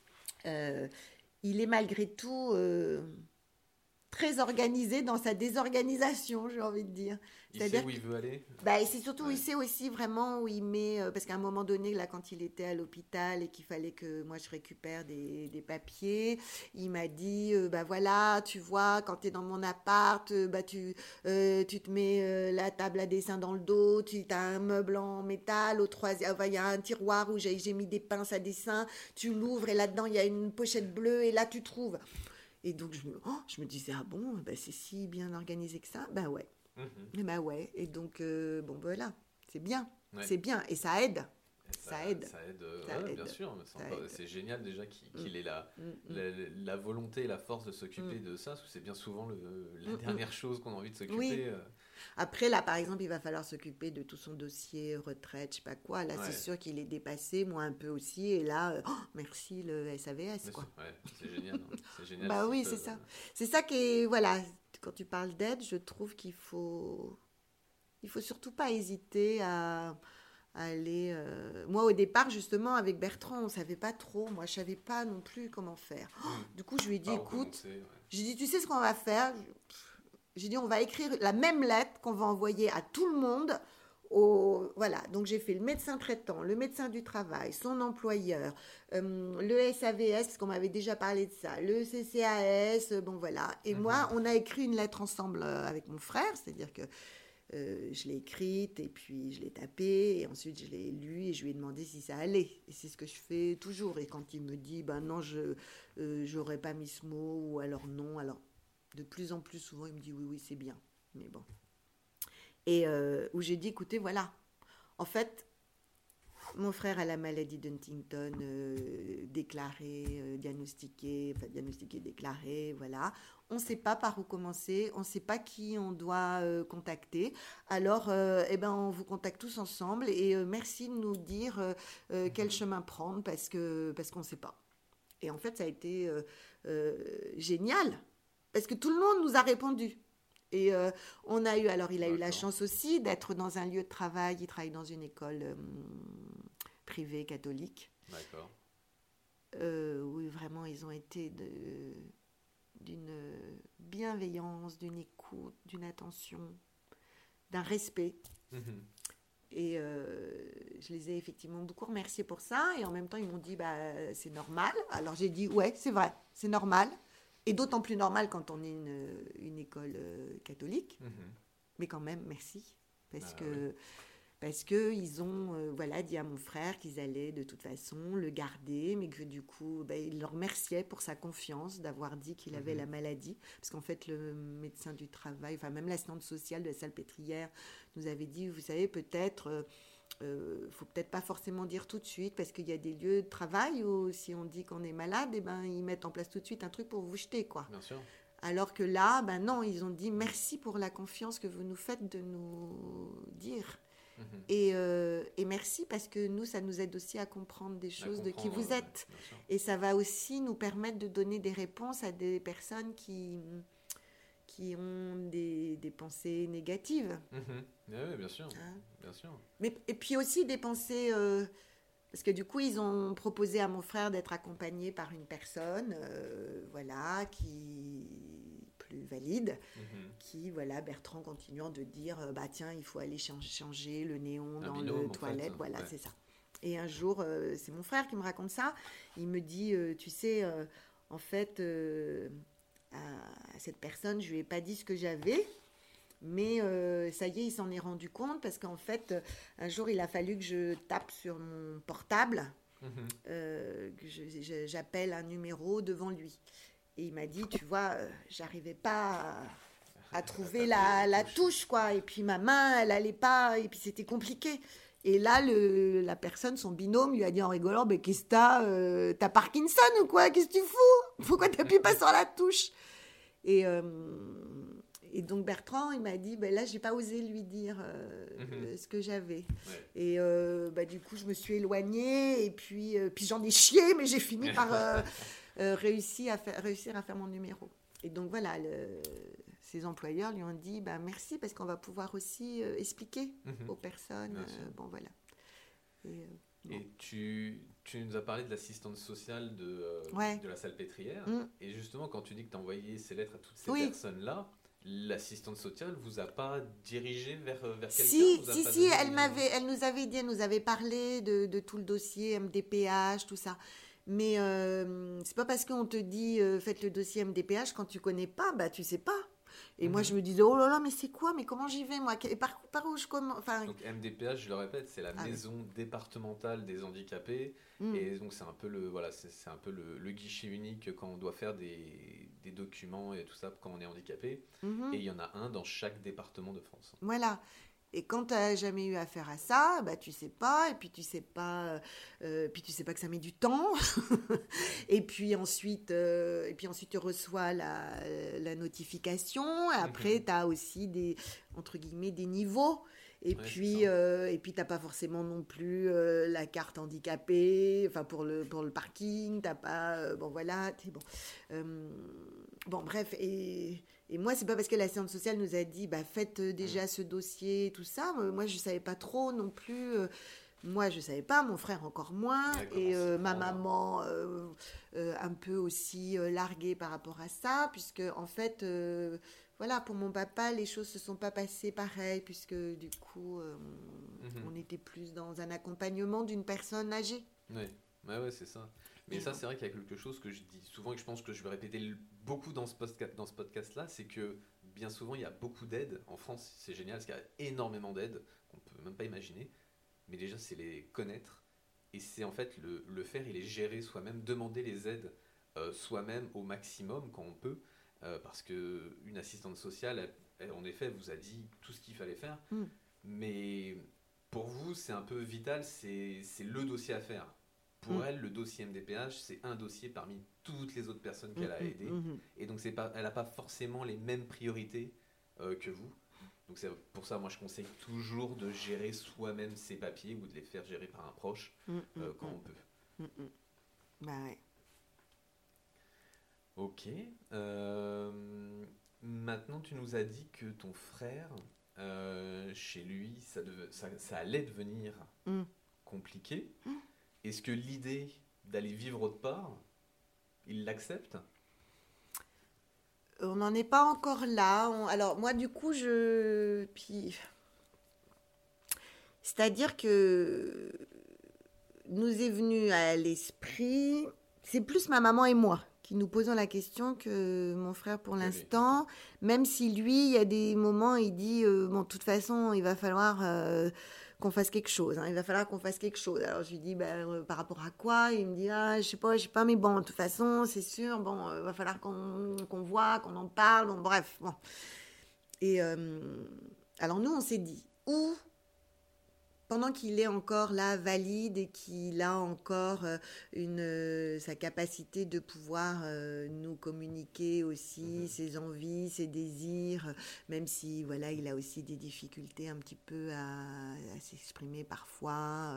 il est malgré tout très organisé dans sa désorganisation, j'ai envie de dire. Il sait où il veut aller. C'est surtout, il sait aussi vraiment où il met... parce qu'à un moment donné, là, quand il était à l'hôpital et qu'il fallait que moi, je récupère des papiers, il m'a dit, voilà, tu vois, quand tu es dans mon appart, tu te mets la table à dessin dans le dos, tu as un meuble en métal, au troisième, il y a un tiroir où j'ai mis des pinces à dessin, tu l'ouvres et là-dedans, il y a une pochette bleue et là, tu trouves... Et donc, je me disais, ah bon, c'est si bien organisé que ça. Ouais. Et ouais. Et donc, voilà, c'est bien. Ouais. C'est bien. Et ça aide. Ça aide. Bien sûr. C'est génial déjà qu'il ait la volonté et la force de s'occuper de ça, parce que c'est bien souvent la dernière chose qu'on a envie de s'occuper. Oui. Après, là, par exemple, il va falloir s'occuper de tout son dossier retraite, je sais pas quoi. Là, c'est sûr qu'il est dépassé, moi un peu aussi. Et là, merci le SAVS, quoi. C'est génial. C'est génial. Oui, c'est ça. C'est ça qui est, voilà, quand tu parles d'aide, je trouve qu'il faut surtout pas hésiter à aller... Moi, au départ, justement, avec Bertrand, on savait pas trop. Moi, je savais pas non plus comment faire. Du coup, je lui ai dit, écoute, j'ai dit, tu sais ce qu'on va faire ? J'ai dit, on va écrire la même lettre qu'on va envoyer à tout le monde. Voilà, donc j'ai fait le médecin traitant, le médecin du travail, son employeur, le SAVS, parce qu'on m'avait déjà parlé de ça, le CCAS, voilà. Et moi, on a écrit une lettre ensemble avec mon frère, c'est-à-dire que je l'ai écrite et puis je l'ai tapée et ensuite je l'ai lue et je lui ai demandé si ça allait. Et c'est ce que je fais toujours. Et quand il me dit, non, j'aurais pas mis ce mot, ou alors non, alors de plus en plus souvent, il me dit oui, c'est bien. Mais bon. Et où j'ai dit, écoutez, voilà, en fait, mon frère a la maladie d'Huntington diagnostiquée, déclarée, voilà. On ne sait pas par où commencer, on ne sait pas qui on doit contacter. Alors, on vous contacte tous ensemble et merci de nous dire quel chemin prendre parce qu'on ne sait pas. Et en fait, ça a été génial parce que tout le monde nous a répondu. Et il a eu la chance aussi d'être dans un lieu de travail. Il travaille dans une école privée catholique. D'accord. Oui, vraiment, ils ont été d'une bienveillance, d'une écoute. beaucoup, d'une attention, d'un respect. Et je les ai effectivement beaucoup remerciés pour ça. Et en même temps, ils m'ont dit, c'est normal. Alors j'ai dit, ouais, c'est vrai, c'est normal. Et d'autant plus normal quand on est une école catholique. Mais quand même, merci. Parce qu'ils ont dit à mon frère qu'ils allaient de toute façon le garder, mais que du coup, ils le remerciaient pour sa confiance d'avoir dit qu'il avait la maladie. Parce qu'en fait, le médecin du travail, enfin même l'assistante sociale de la Salpêtrière nous avait dit, vous savez, peut-être, faut peut-être pas forcément dire tout de suite, parce qu'il y a des lieux de travail où si on dit qu'on est malade, ils mettent en place tout de suite un truc pour vous jeter, quoi. Bien sûr. Alors que là, non, ils ont dit merci pour la confiance que vous nous faites de nous dire. Et merci parce que nous, ça nous aide aussi à comprendre des choses de qui vous êtes. Et ça va aussi nous permettre de donner des réponses à des personnes qui ont des pensées négatives. Oui, bien sûr. Bien sûr. Et puis aussi des pensées... parce que du coup, ils ont proposé à mon frère d'être accompagné par une personne, qui plus valide, qui, Bertrand continuant de dire, tiens, il faut aller changer le néon dans le toilette, c'est ça. Et un jour, c'est mon frère qui me raconte ça, il me dit, tu sais, en fait, à cette personne, je lui ai pas dit ce que j'avais, mais ça y est, il s'en est rendu compte parce qu'en fait, un jour, il a fallu que je tape sur mon portable, que j'appelle un numéro devant lui. Et il m'a dit, tu vois, j'arrivais pas à trouver la touche, quoi. Et puis ma main, elle allait pas, et puis c'était compliqué. Et là, la personne, son binôme, lui a dit en rigolant, qu'est-ce que t'as Parkinson ou quoi? Qu'est-ce que tu fous? Pourquoi t'appuies pas sur la touche? Et donc Bertrand, il m'a dit, là, j'ai pas osé lui dire ce que j'avais. Et du coup, je me suis éloignée, et puis j'en ai chié, mais j'ai fini par réussir à faire mon numéro. Et donc voilà, ses employeurs lui ont dit, merci, parce qu'on va pouvoir aussi expliquer aux personnes. Voilà. Et tu nous as parlé de l'assistante sociale de la Salpêtrière. Et justement, quand tu dis que tu as envoyé ces lettres à toutes ces personnes-là, l'assistante sociale vous a pas dirigé vers quelqu'un? Si, elle nous avait dit, elle nous avait parlé de tout le dossier MDPH, tout ça. Mais c'est pas parce qu'on te dit faites le dossier MDPH, quand tu connais pas, tu sais pas. Et moi, je me disais, oh là là, mais c'est quoi? Mais comment j'y vais, moi? Par où je commence? Donc, MDPH, je le répète, c'est la maison départementale des handicapés. Et donc, c'est un peu le guichet unique quand on doit faire des documents et tout ça quand on est handicapé. Et il y en a un dans chaque département de France. Voilà. Et quand tu n'as jamais eu affaire à ça, tu sais pas, et puis tu sais pas que ça met du temps. et puis ensuite tu reçois la notification. Après, tu as aussi des niveaux. Et puis t'as pas forcément non plus la carte handicapée, enfin pour le parking, t'as pas bref. Et moi, c'est pas parce que l'assistante sociale nous a dit faites déjà ce dossier, tout ça. Moi, je savais pas trop non plus. Moi, je savais pas, mon frère encore moins, et ma maman un peu aussi larguée par rapport à ça, puisque en fait, pour mon papa, les choses se sont pas passées pareil, puisque du coup, on était plus dans un accompagnement d'une personne âgée. Oui, c'est ça. Mais ça, c'est vrai qu'il y a quelque chose que je dis souvent et que je pense que je vais répéter beaucoup dans ce podcast-là, c'est que bien souvent, il y a beaucoup d'aides. En France, c'est génial, parce qu'il y a énormément d'aides qu'on ne peut même pas imaginer. Mais déjà, c'est les connaître. Et c'est en fait le faire et les gérer soi-même, demander les aides soi-même au maximum quand on peut. Parce qu'une assistante sociale, elle, en effet, vous a dit tout ce qu'il fallait faire. Mais pour vous, c'est un peu vital, c'est le dossier à faire. Pour elle, le dossier MDPH, c'est un dossier parmi toutes les autres personnes qu'elle a aidées. Et donc, elle n'a pas forcément les mêmes priorités que vous. Donc, c'est pour ça, moi, je conseille toujours de gérer soi-même ses papiers ou de les faire gérer par un proche quand on peut. Ouais. Ok. Maintenant, tu nous as dit que ton frère, chez lui, ça allait devenir compliqué. Est-ce que l'idée d'aller vivre autre part, il l'accepte ? On n'en est pas encore là. Alors moi, du coup, c'est-à-dire que nous est venu à l'esprit, c'est plus ma maman et moi qui nous posons la question que mon frère pour l'instant, même si lui, il y a des moments, il dit, bon, de toute façon, il va falloir qu'on fasse quelque chose. Il va falloir qu'on fasse quelque chose. Alors je lui dis, par rapport à quoi? Il me dit, je sais pas, mais bon, de toute façon, c'est sûr, bon, va falloir qu'on voit, qu'on en parle, bon, bref, bon. Et alors nous, on s'est dit, pendant qu'il est encore là, valide, et qu'il a encore sa capacité de pouvoir nous communiquer aussi ses envies, ses désirs, même si voilà, il a aussi des difficultés un petit peu à s'exprimer parfois.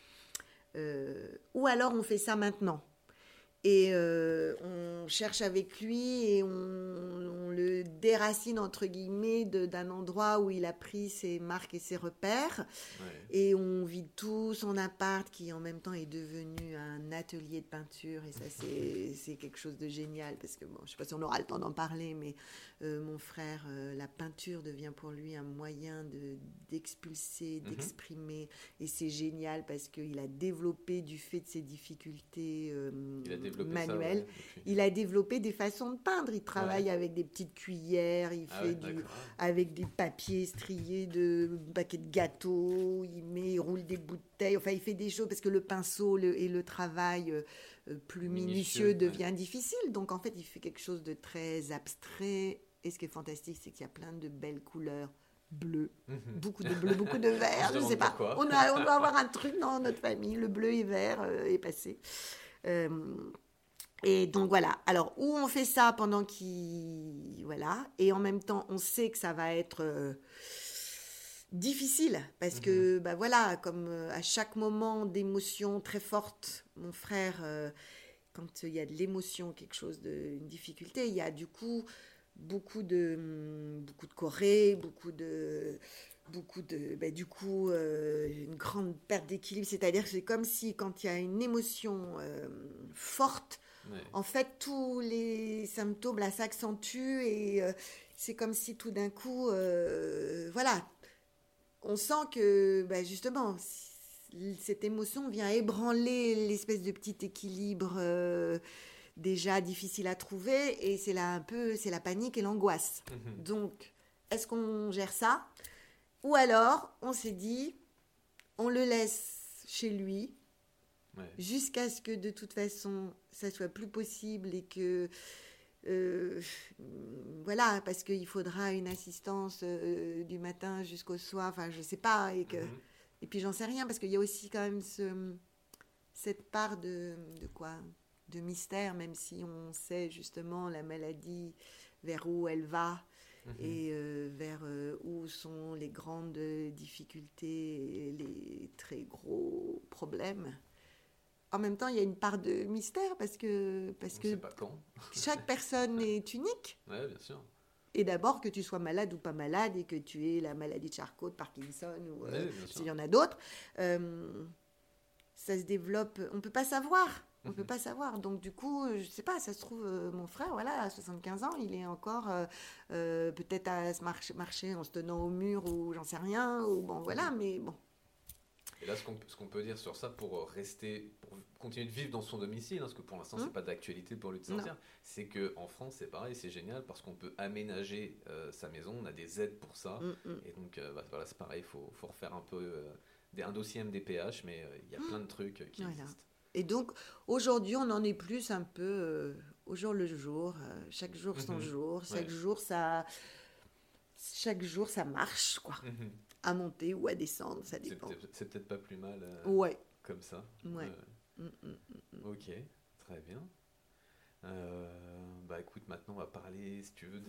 Ou alors on fait ça maintenant. Et on cherche avec lui et on le déracine, entre guillemets, d'un endroit où il a pris ses marques et ses repères. Ouais. Et on vide tout son appart qui, en même temps, est devenu un atelier de peinture. Et ça, c'est quelque chose de génial. Parce que, bon, je ne sais pas si on aura le temps d'en parler, mais mon frère, la peinture devient pour lui un moyen d'expulser, d'exprimer. Et c'est génial parce qu'il a développé, du fait de ses difficultés manuel, il a développé des façons de peindre. Il travaille avec des petites cuillères, il fait avec des papiers striés de paquets de gâteaux, il roule des bouteilles, enfin il fait des choses parce que le pinceau et le travail plus minutieux devient difficile. Donc en fait il fait quelque chose de très abstrait. Et ce qui est fantastique, c'est qu'il y a plein de belles couleurs. Bleu, beaucoup de bleu, beaucoup de vert, je ne sais pas. On doit avoir un truc dans notre famille, le bleu et vert est passé. Et donc voilà, alors où on fait ça pendant qu'il... Voilà, et en même temps on sait que ça va être difficile, parce que voilà, comme à chaque moment d'émotion très forte, mon frère, quand il y a de l'émotion, quelque chose une difficulté, il y a du coup beaucoup de chorés, une grande perte d'équilibre. C'est-à-dire que c'est comme si quand il y a une émotion forte, en fait, tous les symptômes là s'accentuent et c'est comme si tout d'un coup, voilà, on sent que justement, cette émotion vient ébranler l'espèce de petit équilibre déjà difficile à trouver, et c'est là c'est la panique et l'angoisse. Donc, est-ce qu'on gère ça? Ou alors, on s'est dit, on le laisse chez lui, jusqu'à ce que de toute façon, ça soit plus possible et que, voilà, parce qu'il faudra une assistance du matin jusqu'au soir, enfin, je sais pas, et puis j'en sais rien, parce qu'il y a aussi quand même cette part de mystère, même si on sait justement la maladie, vers où elle va, et vers où sont les grandes difficultés et les très gros problèmes. En même temps, il y a une part de mystère parce que sait pas quand. Chaque personne est unique. Ouais, bien sûr. Et d'abord, que tu sois malade ou pas malade, et que tu aies la maladie de Charcot, de Parkinson, ou s'il y en a d'autres, ça se développe. On ne peut pas savoir. On ne peut pas savoir. Donc, du coup, je ne sais pas, ça se trouve, mon frère, voilà, à 75 ans, il est encore peut-être à se marcher en se tenant au mur, ou j'en sais rien, ou bon, voilà, mais bon. Et là, ce qu'on peut dire sur ça, pour continuer de vivre dans son domicile, parce que pour l'instant, c'est pas d'actualité pour lui de sortir, c'est qu'en France, c'est pareil, c'est génial, parce qu'on peut aménager sa maison, on a des aides pour ça, et donc, voilà, c'est pareil, il faut refaire un peu un dossier MDPH, mais il y a plein de trucs qui existent. Et donc, aujourd'hui, on en est plus un peu au jour le jour, chaque jour son jour, chaque jour ça marche, quoi. À monter ou à descendre, ça dépend. C'est peut-être pas plus mal comme ça. Ouais. Ok, très bien. Écoute, maintenant on va parler, si tu veux,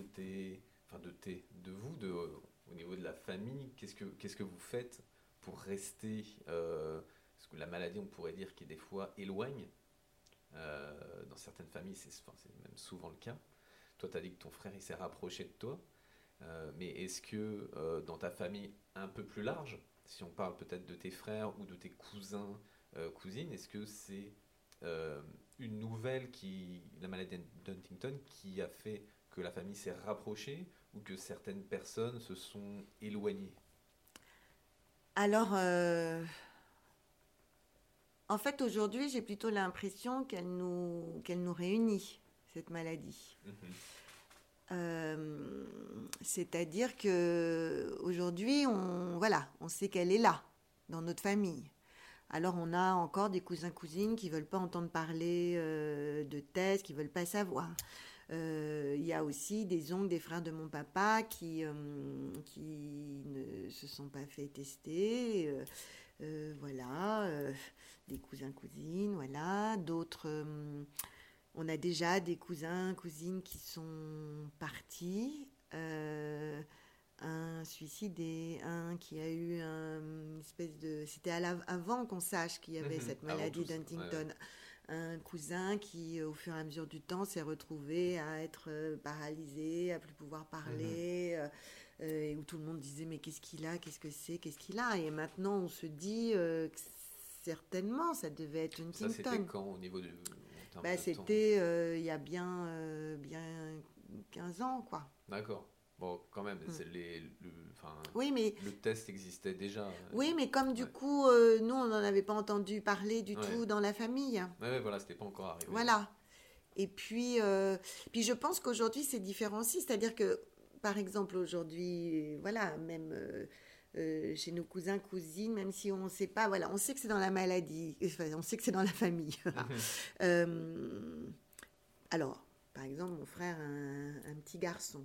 au niveau de la famille. Qu'est-ce que vous faites pour rester, parce que la maladie, on pourrait dire, qui des fois éloigne. Dans certaines familles, c'est même souvent le cas. Toi, tu as dit que ton frère il s'est rapproché de toi. Mais est-ce que dans ta famille un peu plus large, si on parle peut-être de tes frères ou de tes cousins, cousines, est-ce que c'est une nouvelle, la maladie d'Huntington, qui a fait que la famille s'est rapprochée ou que certaines personnes se sont éloignées? Alors, en fait, aujourd'hui, j'ai plutôt l'impression qu'elle nous réunit, cette maladie. C'est-à-dire que aujourd'hui, on sait qu'elle est là, dans notre famille. Alors, on a encore des cousins-cousines qui ne veulent pas entendre parler de tests, qui ne veulent pas savoir. Il y a aussi des oncles, des frères de mon papa qui ne se sont pas fait tester. Voilà, des cousins-cousines, voilà. D'autres, on a déjà des cousins-cousines qui sont partis. Un suicidé, un qui a eu une espèce de... C'était avant qu'on sache qu'il y avait cette maladie d'Huntington. Ouais. Un cousin qui, au fur et à mesure du temps, s'est retrouvé à être paralysé, à plus pouvoir parler, et où tout le monde disait « mais qu'est-ce qu'il a, qu'est-ce que c'est, qu'est-ce qu'il a ?» Et maintenant, on se dit que certainement, ça devait être Huntington. Ça, c'était quand, au niveau du... C'était il y a bien 15 ans, quoi. D'accord. Bon, quand même, c'est oui, mais le test existait déjà. Oui, mais comme du coup, nous, on n'en avait pas entendu parler du tout dans la famille. Oui, voilà, c'était pas encore arrivé. Voilà. Et puis je pense qu'aujourd'hui, c'est différent aussi. C'est-à-dire que, par exemple, aujourd'hui, voilà, même chez nos cousins, cousines, même si on ne sait pas, voilà, on sait que c'est dans la maladie, enfin, on sait que c'est dans la famille. Alors, par exemple, mon frère a un petit garçon.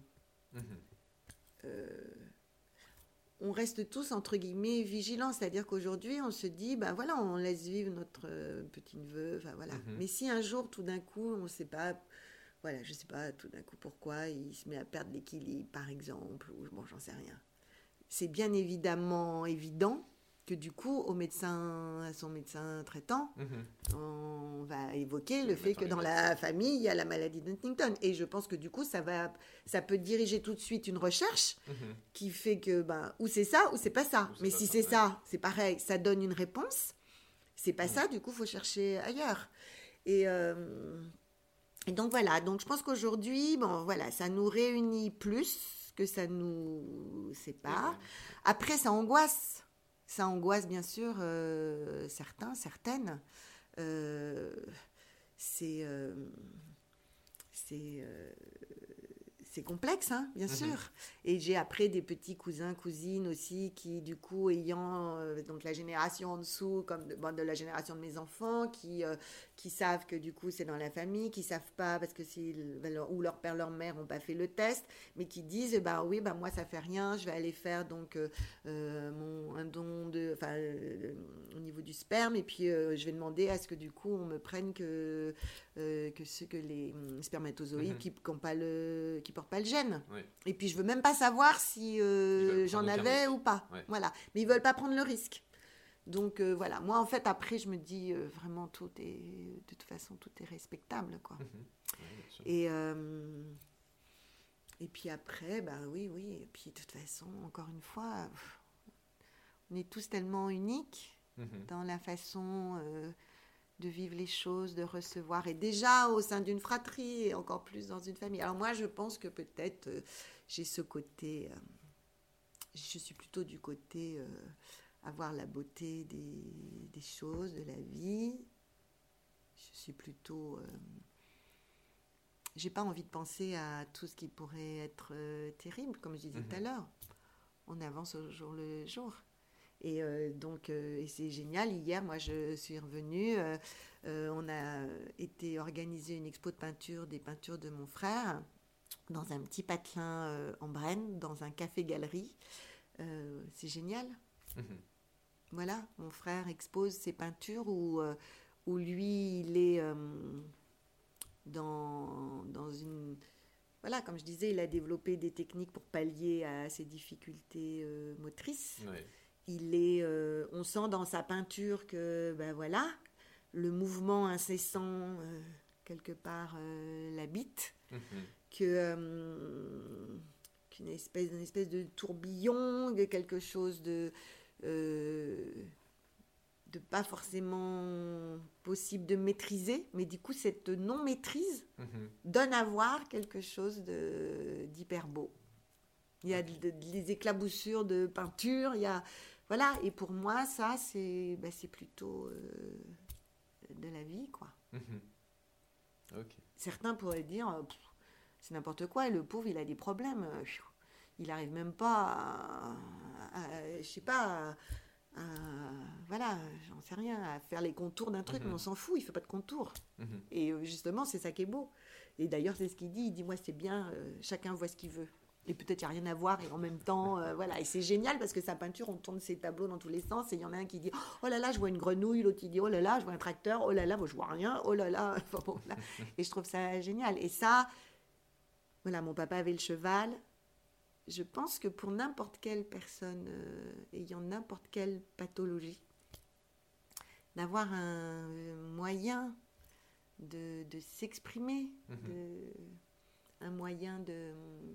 On reste tous entre guillemets vigilants, c'est-à-dire qu'aujourd'hui on se dit ben voilà, on laisse vivre notre petit neveu, enfin voilà. Mais si un jour tout d'un coup on ne sait pas, voilà, je sais pas tout d'un coup pourquoi il se met à perdre l'équilibre par exemple, ou bon j'en sais rien. C'est bien évidemment évident que du coup à son médecin traitant, on va évoquer le fait que dans la famille il y a la maladie d'Huntington, et je pense que du coup ça peut diriger tout de suite une recherche qui fait que ou c'est ça ou c'est pas ça, mais si c'est ça, c'est pareil, ça donne une réponse. C'est pas ça, du coup faut chercher ailleurs, et donc voilà, donc je pense qu'aujourd'hui voilà, ça nous réunit plus que ça nous sépare. Après ça angoisse. Ça angoisse bien sûr certains, certaines. C'est complexe, hein, bien sûr. Et j'ai après des petits cousins, cousines aussi qui, du coup, ayant donc la génération en dessous, comme de la génération de mes enfants, qui savent que du coup c'est dans la famille, qui savent pas parce que ou leur père, leur mère n'ont pas fait le test, mais qui disent oui, moi ça fait rien, je vais aller faire donc un don au niveau du sperme, et puis je vais demander à ce que du coup on me prenne que les spermatozoïdes qui portent pas le gène. Oui. Et puis je veux même pas savoir si j'en avais ou pas. Ouais. Voilà. Mais ils veulent pas prendre le risque. Donc voilà. Moi en fait après je me dis vraiment de toute façon tout est respectable, quoi. Ouais, et puis après oui. Et puis de toute façon encore une fois on est tous tellement uniques dans la façon de vivre les choses, de recevoir, et déjà au sein d'une fratrie, et encore plus dans une famille. Alors moi, je pense que peut-être j'ai ce côté, je suis plutôt du côté avoir la beauté des choses, de la vie. Je suis plutôt... j'ai pas envie de penser à tout ce qui pourrait être terrible, comme je disais tout à l'heure. On avance au jour le jour. Et donc, et c'est génial. Hier, moi, je suis revenue. On a été organiser une expo de peinture, des peintures de mon frère, dans un petit patelin en Brenne, dans un café-galerie. C'est génial. Voilà, mon frère expose ses peintures où lui, il est dans une... Voilà, comme je disais, il a développé des techniques pour pallier à ses difficultés motrices. Oui. On sent dans sa peinture que, voilà, le mouvement incessant, quelque part, l'habite, qu'une espèce de tourbillon, quelque chose de pas forcément possible de maîtriser, mais du coup, cette non-maîtrise donne à voir quelque chose d'hyper beau. Il y a des éclaboussures de peinture, il y a... Voilà, et pour moi, ça, c'est plutôt de la vie, quoi. Ok. Certains pourraient dire, c'est n'importe quoi, le pauvre, il a des problèmes. Il n'arrive même pas je sais pas, voilà, j'en sais rien, à faire les contours d'un truc, mais on s'en fout, il ne fait pas de contours. Et justement, c'est ça qui est beau. Et d'ailleurs, c'est ce qu'il dit, il dit, moi, c'est bien, chacun voit ce qu'il veut. Et peut-être il n'y a rien à voir, et en même temps, voilà. Et c'est génial, parce que sa peinture, on tourne ses tableaux dans tous les sens, et il y en a un qui dit, oh là là, je vois une grenouille, l'autre il dit, oh là là, je vois un tracteur, oh là là, moi je vois rien, oh là là. Enfin, bon, là. Et je trouve ça génial. Et ça, voilà, mon papa avait le cheval. Je pense que pour n'importe quelle personne ayant n'importe quelle pathologie, d'avoir un moyen de s'exprimer, un moyen de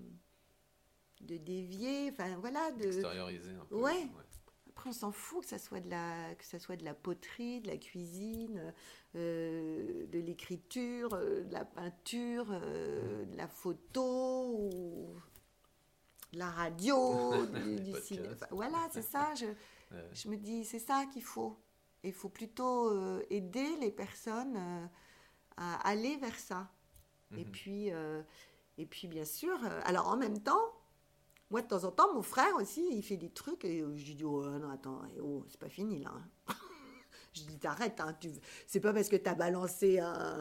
dévier, enfin voilà, d'extérioriser un peu. Ouais. Après, on s'en fout que ça soit de la poterie, de la cuisine, de l'écriture, de la peinture, de la photo, ou de la radio, du cinéma. Enfin, voilà, c'est ça. Je me dis, c'est ça qu'il faut. Il faut plutôt aider les personnes à aller vers ça. Et puis, bien sûr, alors en même temps, moi, de temps en temps, mon frère aussi, il fait des trucs, et je lui dis, oh non, attends, c'est pas fini, là. Je dis, t'arrêtes, hein, c'est pas parce que t'as balancé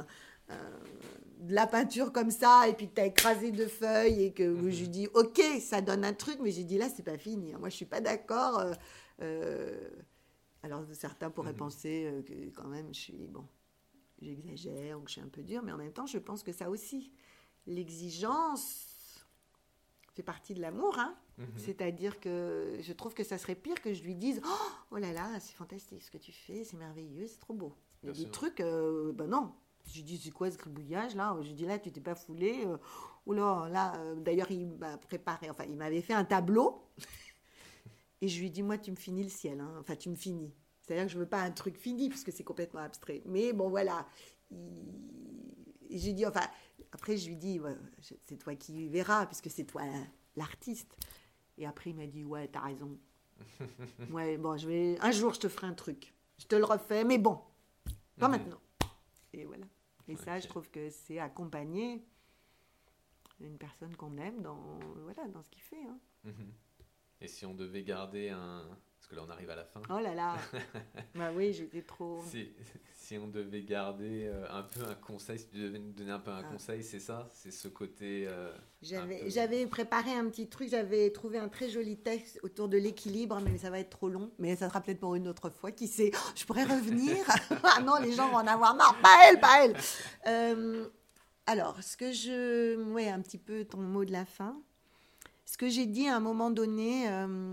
de la peinture comme ça, et puis que t'as écrasé 2 feuilles, et que je lui dis, ok, ça donne un truc, mais j'ai dit, là, c'est pas fini. Moi, je suis pas d'accord. Alors, certains pourraient penser que quand même, j'exagère, ou que je suis un peu dure, mais en même temps, je pense que ça aussi, l'exigence fait partie de l'amour, hein. C'est-à-dire que je trouve que ça serait pire que je lui dise, oh là là, c'est fantastique ce que tu fais, c'est merveilleux, c'est trop beau. Il y a des trucs, non. Je lui dis, c'est quoi ce gribouillage là? Je lui dis, là, tu t'es pas foulé. Là, d'ailleurs, il m'a préparé, enfin, il m'avait fait un tableau. Et je lui dis, moi, tu me finis le ciel, hein. Enfin, tu me finis. C'est-à-dire que je veux pas un truc fini, parce que c'est complètement abstrait. Mais bon, voilà. Et j'ai dit, enfin, après, je lui dis, ouais, c'est toi qui verras, puisque c'est toi l'artiste. Et après, il m'a dit, ouais, t'as raison. Ouais, bon, un jour, je te ferai un truc. Je te le refais, mais bon, pas maintenant. Et voilà. Et ça, je trouve que c'est accompagner une personne qu'on aime dans ce qu'il fait. Hein. Et si on devait garder parce que là, on arrive à la fin. Oh là là. Bah oui, j'étais trop... Si on devait garder un peu un conseil, si tu devais nous donner un peu un conseil, c'est ça? C'est ce côté... J'avais préparé un petit truc, j'avais trouvé un très joli texte autour de l'équilibre, mais ça va être trop long. Mais ça sera peut-être pour une autre fois. Qui sait? Je pourrais revenir. Ah non, les gens vont en avoir marre. Pas elle. Alors, un petit peu ton mot de la fin. Ce que j'ai dit à un moment donné,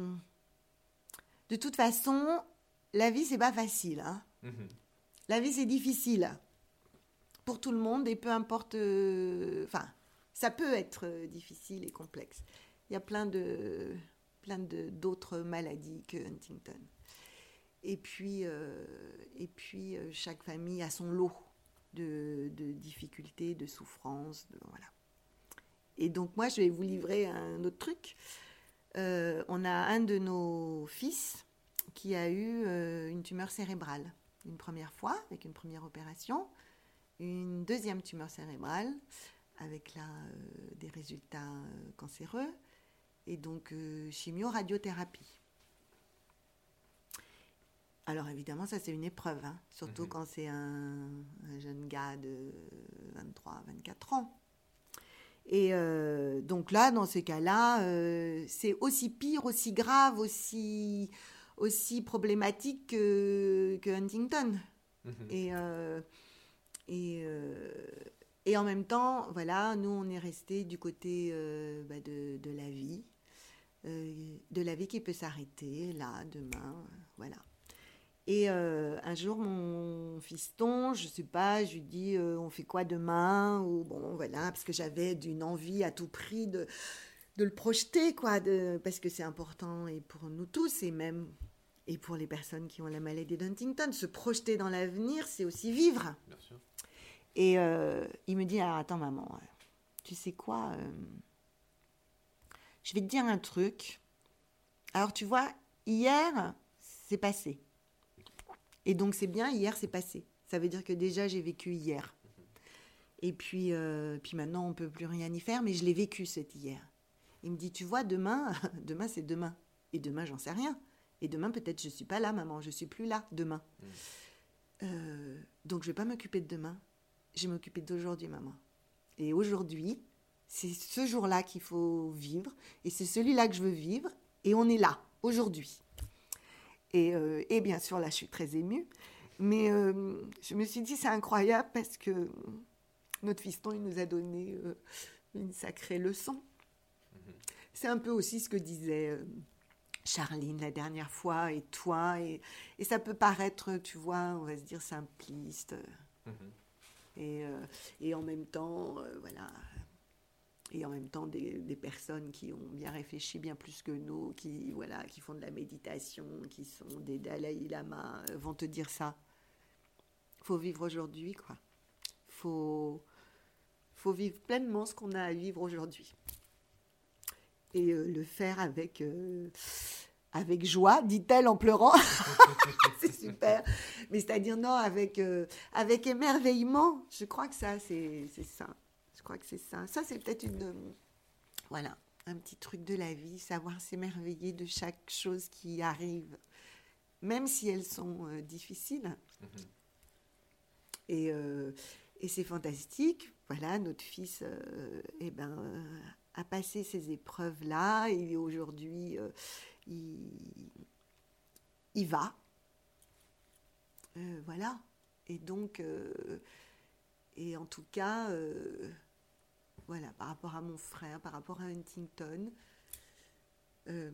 de toute façon, la vie, c'est pas facile. Hein. La vie, c'est difficile pour tout le monde, et peu importe... ça peut être difficile et complexe. Il y a plein d'autres maladies que Huntington. Et puis chaque famille a son lot de difficultés, de souffrances, voilà. Et donc, moi, je vais vous livrer un autre truc. On a un de nos fils qui a eu une tumeur cérébrale. Une première fois, avec une première opération. Une deuxième tumeur cérébrale, avec des résultats cancéreux. Et donc, chimio-radiothérapie. Alors, évidemment, ça, c'est une épreuve. Hein, surtout quand c'est un jeune gars de 23, 24 ans. Et donc là, dans ces cas-là, c'est aussi pire, aussi grave, aussi problématique que Huntington. Et en même temps, voilà, nous, on est restés du côté de la vie, de la vie qui peut s'arrêter, là, demain, voilà. Et un jour, mon fiston, je sais pas, je lui dis, on fait quoi demain? Ou bon, voilà, parce que j'avais une envie à tout prix de le projeter, quoi, parce que c'est important et pour nous tous, et même Et pour les personnes qui ont la maladie d'Huntington, se projeter dans l'avenir, c'est aussi vivre. Bien sûr. Et il me dit, alors attends maman, tu sais quoi, je vais te dire un truc. Alors tu vois, hier, c'est passé. Et donc c'est bien, hier c'est passé. Ça veut dire que déjà j'ai vécu hier. Et puis maintenant on ne peut plus rien y faire, mais je l'ai vécu cet hier. Il me dit, tu vois, demain c'est demain. Et demain j'en sais rien. Et demain peut-être je ne suis pas là maman, je ne suis plus là demain. Donc je ne vais pas m'occuper de demain, je vais m'occuper d'aujourd'hui maman. Et aujourd'hui, c'est ce jour-là qu'il faut vivre. Et c'est celui-là que je veux vivre. Et on est là, aujourd'hui. Et bien sûr, là, je suis très émue. Mais je me suis dit, c'est incroyable parce que notre fiston, il nous a donné une sacrée leçon. C'est un peu aussi ce que disait Charline la dernière fois et toi. Et ça peut paraître, tu vois, on va se dire simpliste. Et en même temps, voilà... Et en même temps, des personnes qui ont bien réfléchi, bien plus que nous, qui font de la méditation, qui sont des Dalai Lama, vont te dire ça. Faut vivre aujourd'hui, quoi. Faut vivre pleinement ce qu'on a à vivre aujourd'hui. Et le faire avec joie, dit-elle en pleurant. C'est super. Mais c'est-à-dire, non, avec émerveillement. Je crois que ça, c'est ça. Je crois que c'est ça. Ça, c'est peut-être un petit truc de la vie, savoir s'émerveiller de chaque chose qui arrive, même si elles sont difficiles. Et c'est fantastique. Voilà, notre fils a passé ces épreuves-là et aujourd'hui, il va. Voilà. Et donc, et en tout cas... Voilà, par rapport à mon frère, par rapport à Huntington. Je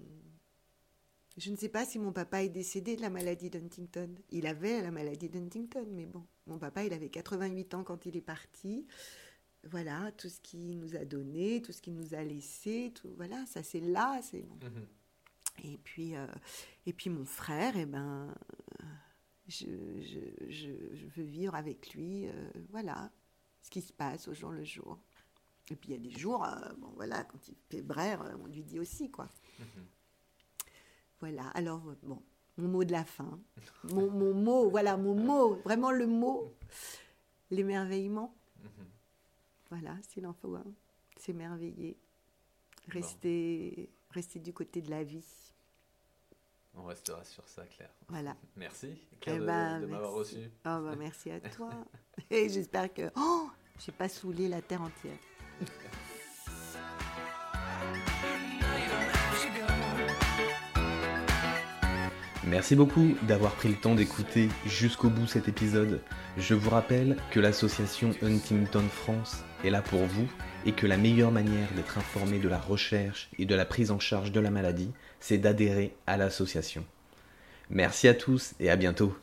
ne sais pas si mon papa est décédé de la maladie d'Huntington. Il avait la maladie d'Huntington, mais bon, mon papa, il avait 88 ans quand il est parti. Voilà, tout ce qu'il nous a donné, tout ce qu'il nous a laissé, tout, voilà, ça c'est là, c'est bon. Et puis mon frère, je veux vivre avec lui, voilà, ce qui se passe au jour le jour. Et puis il y a des jours, quand il fait brère, on lui dit aussi, quoi. Voilà, alors, bon, mon mot de la fin. Mon mot, vraiment le mot, l'émerveillement. Voilà, s'il en faut un, s'émerveiller. Rester du côté de la vie. On restera sur ça, Claire. Voilà. Merci, Claire, de m'avoir reçu. Merci à toi. Et j'espère que je n'ai pas saoulé la terre entière. Merci beaucoup d'avoir pris le temps d'écouter jusqu'au bout cet épisode. Je vous rappelle que l'association Huntington France est là pour vous et que la meilleure manière d'être informé de la recherche et de la prise en charge de la maladie, c'est d'adhérer à l'association. Merci à tous et à bientôt.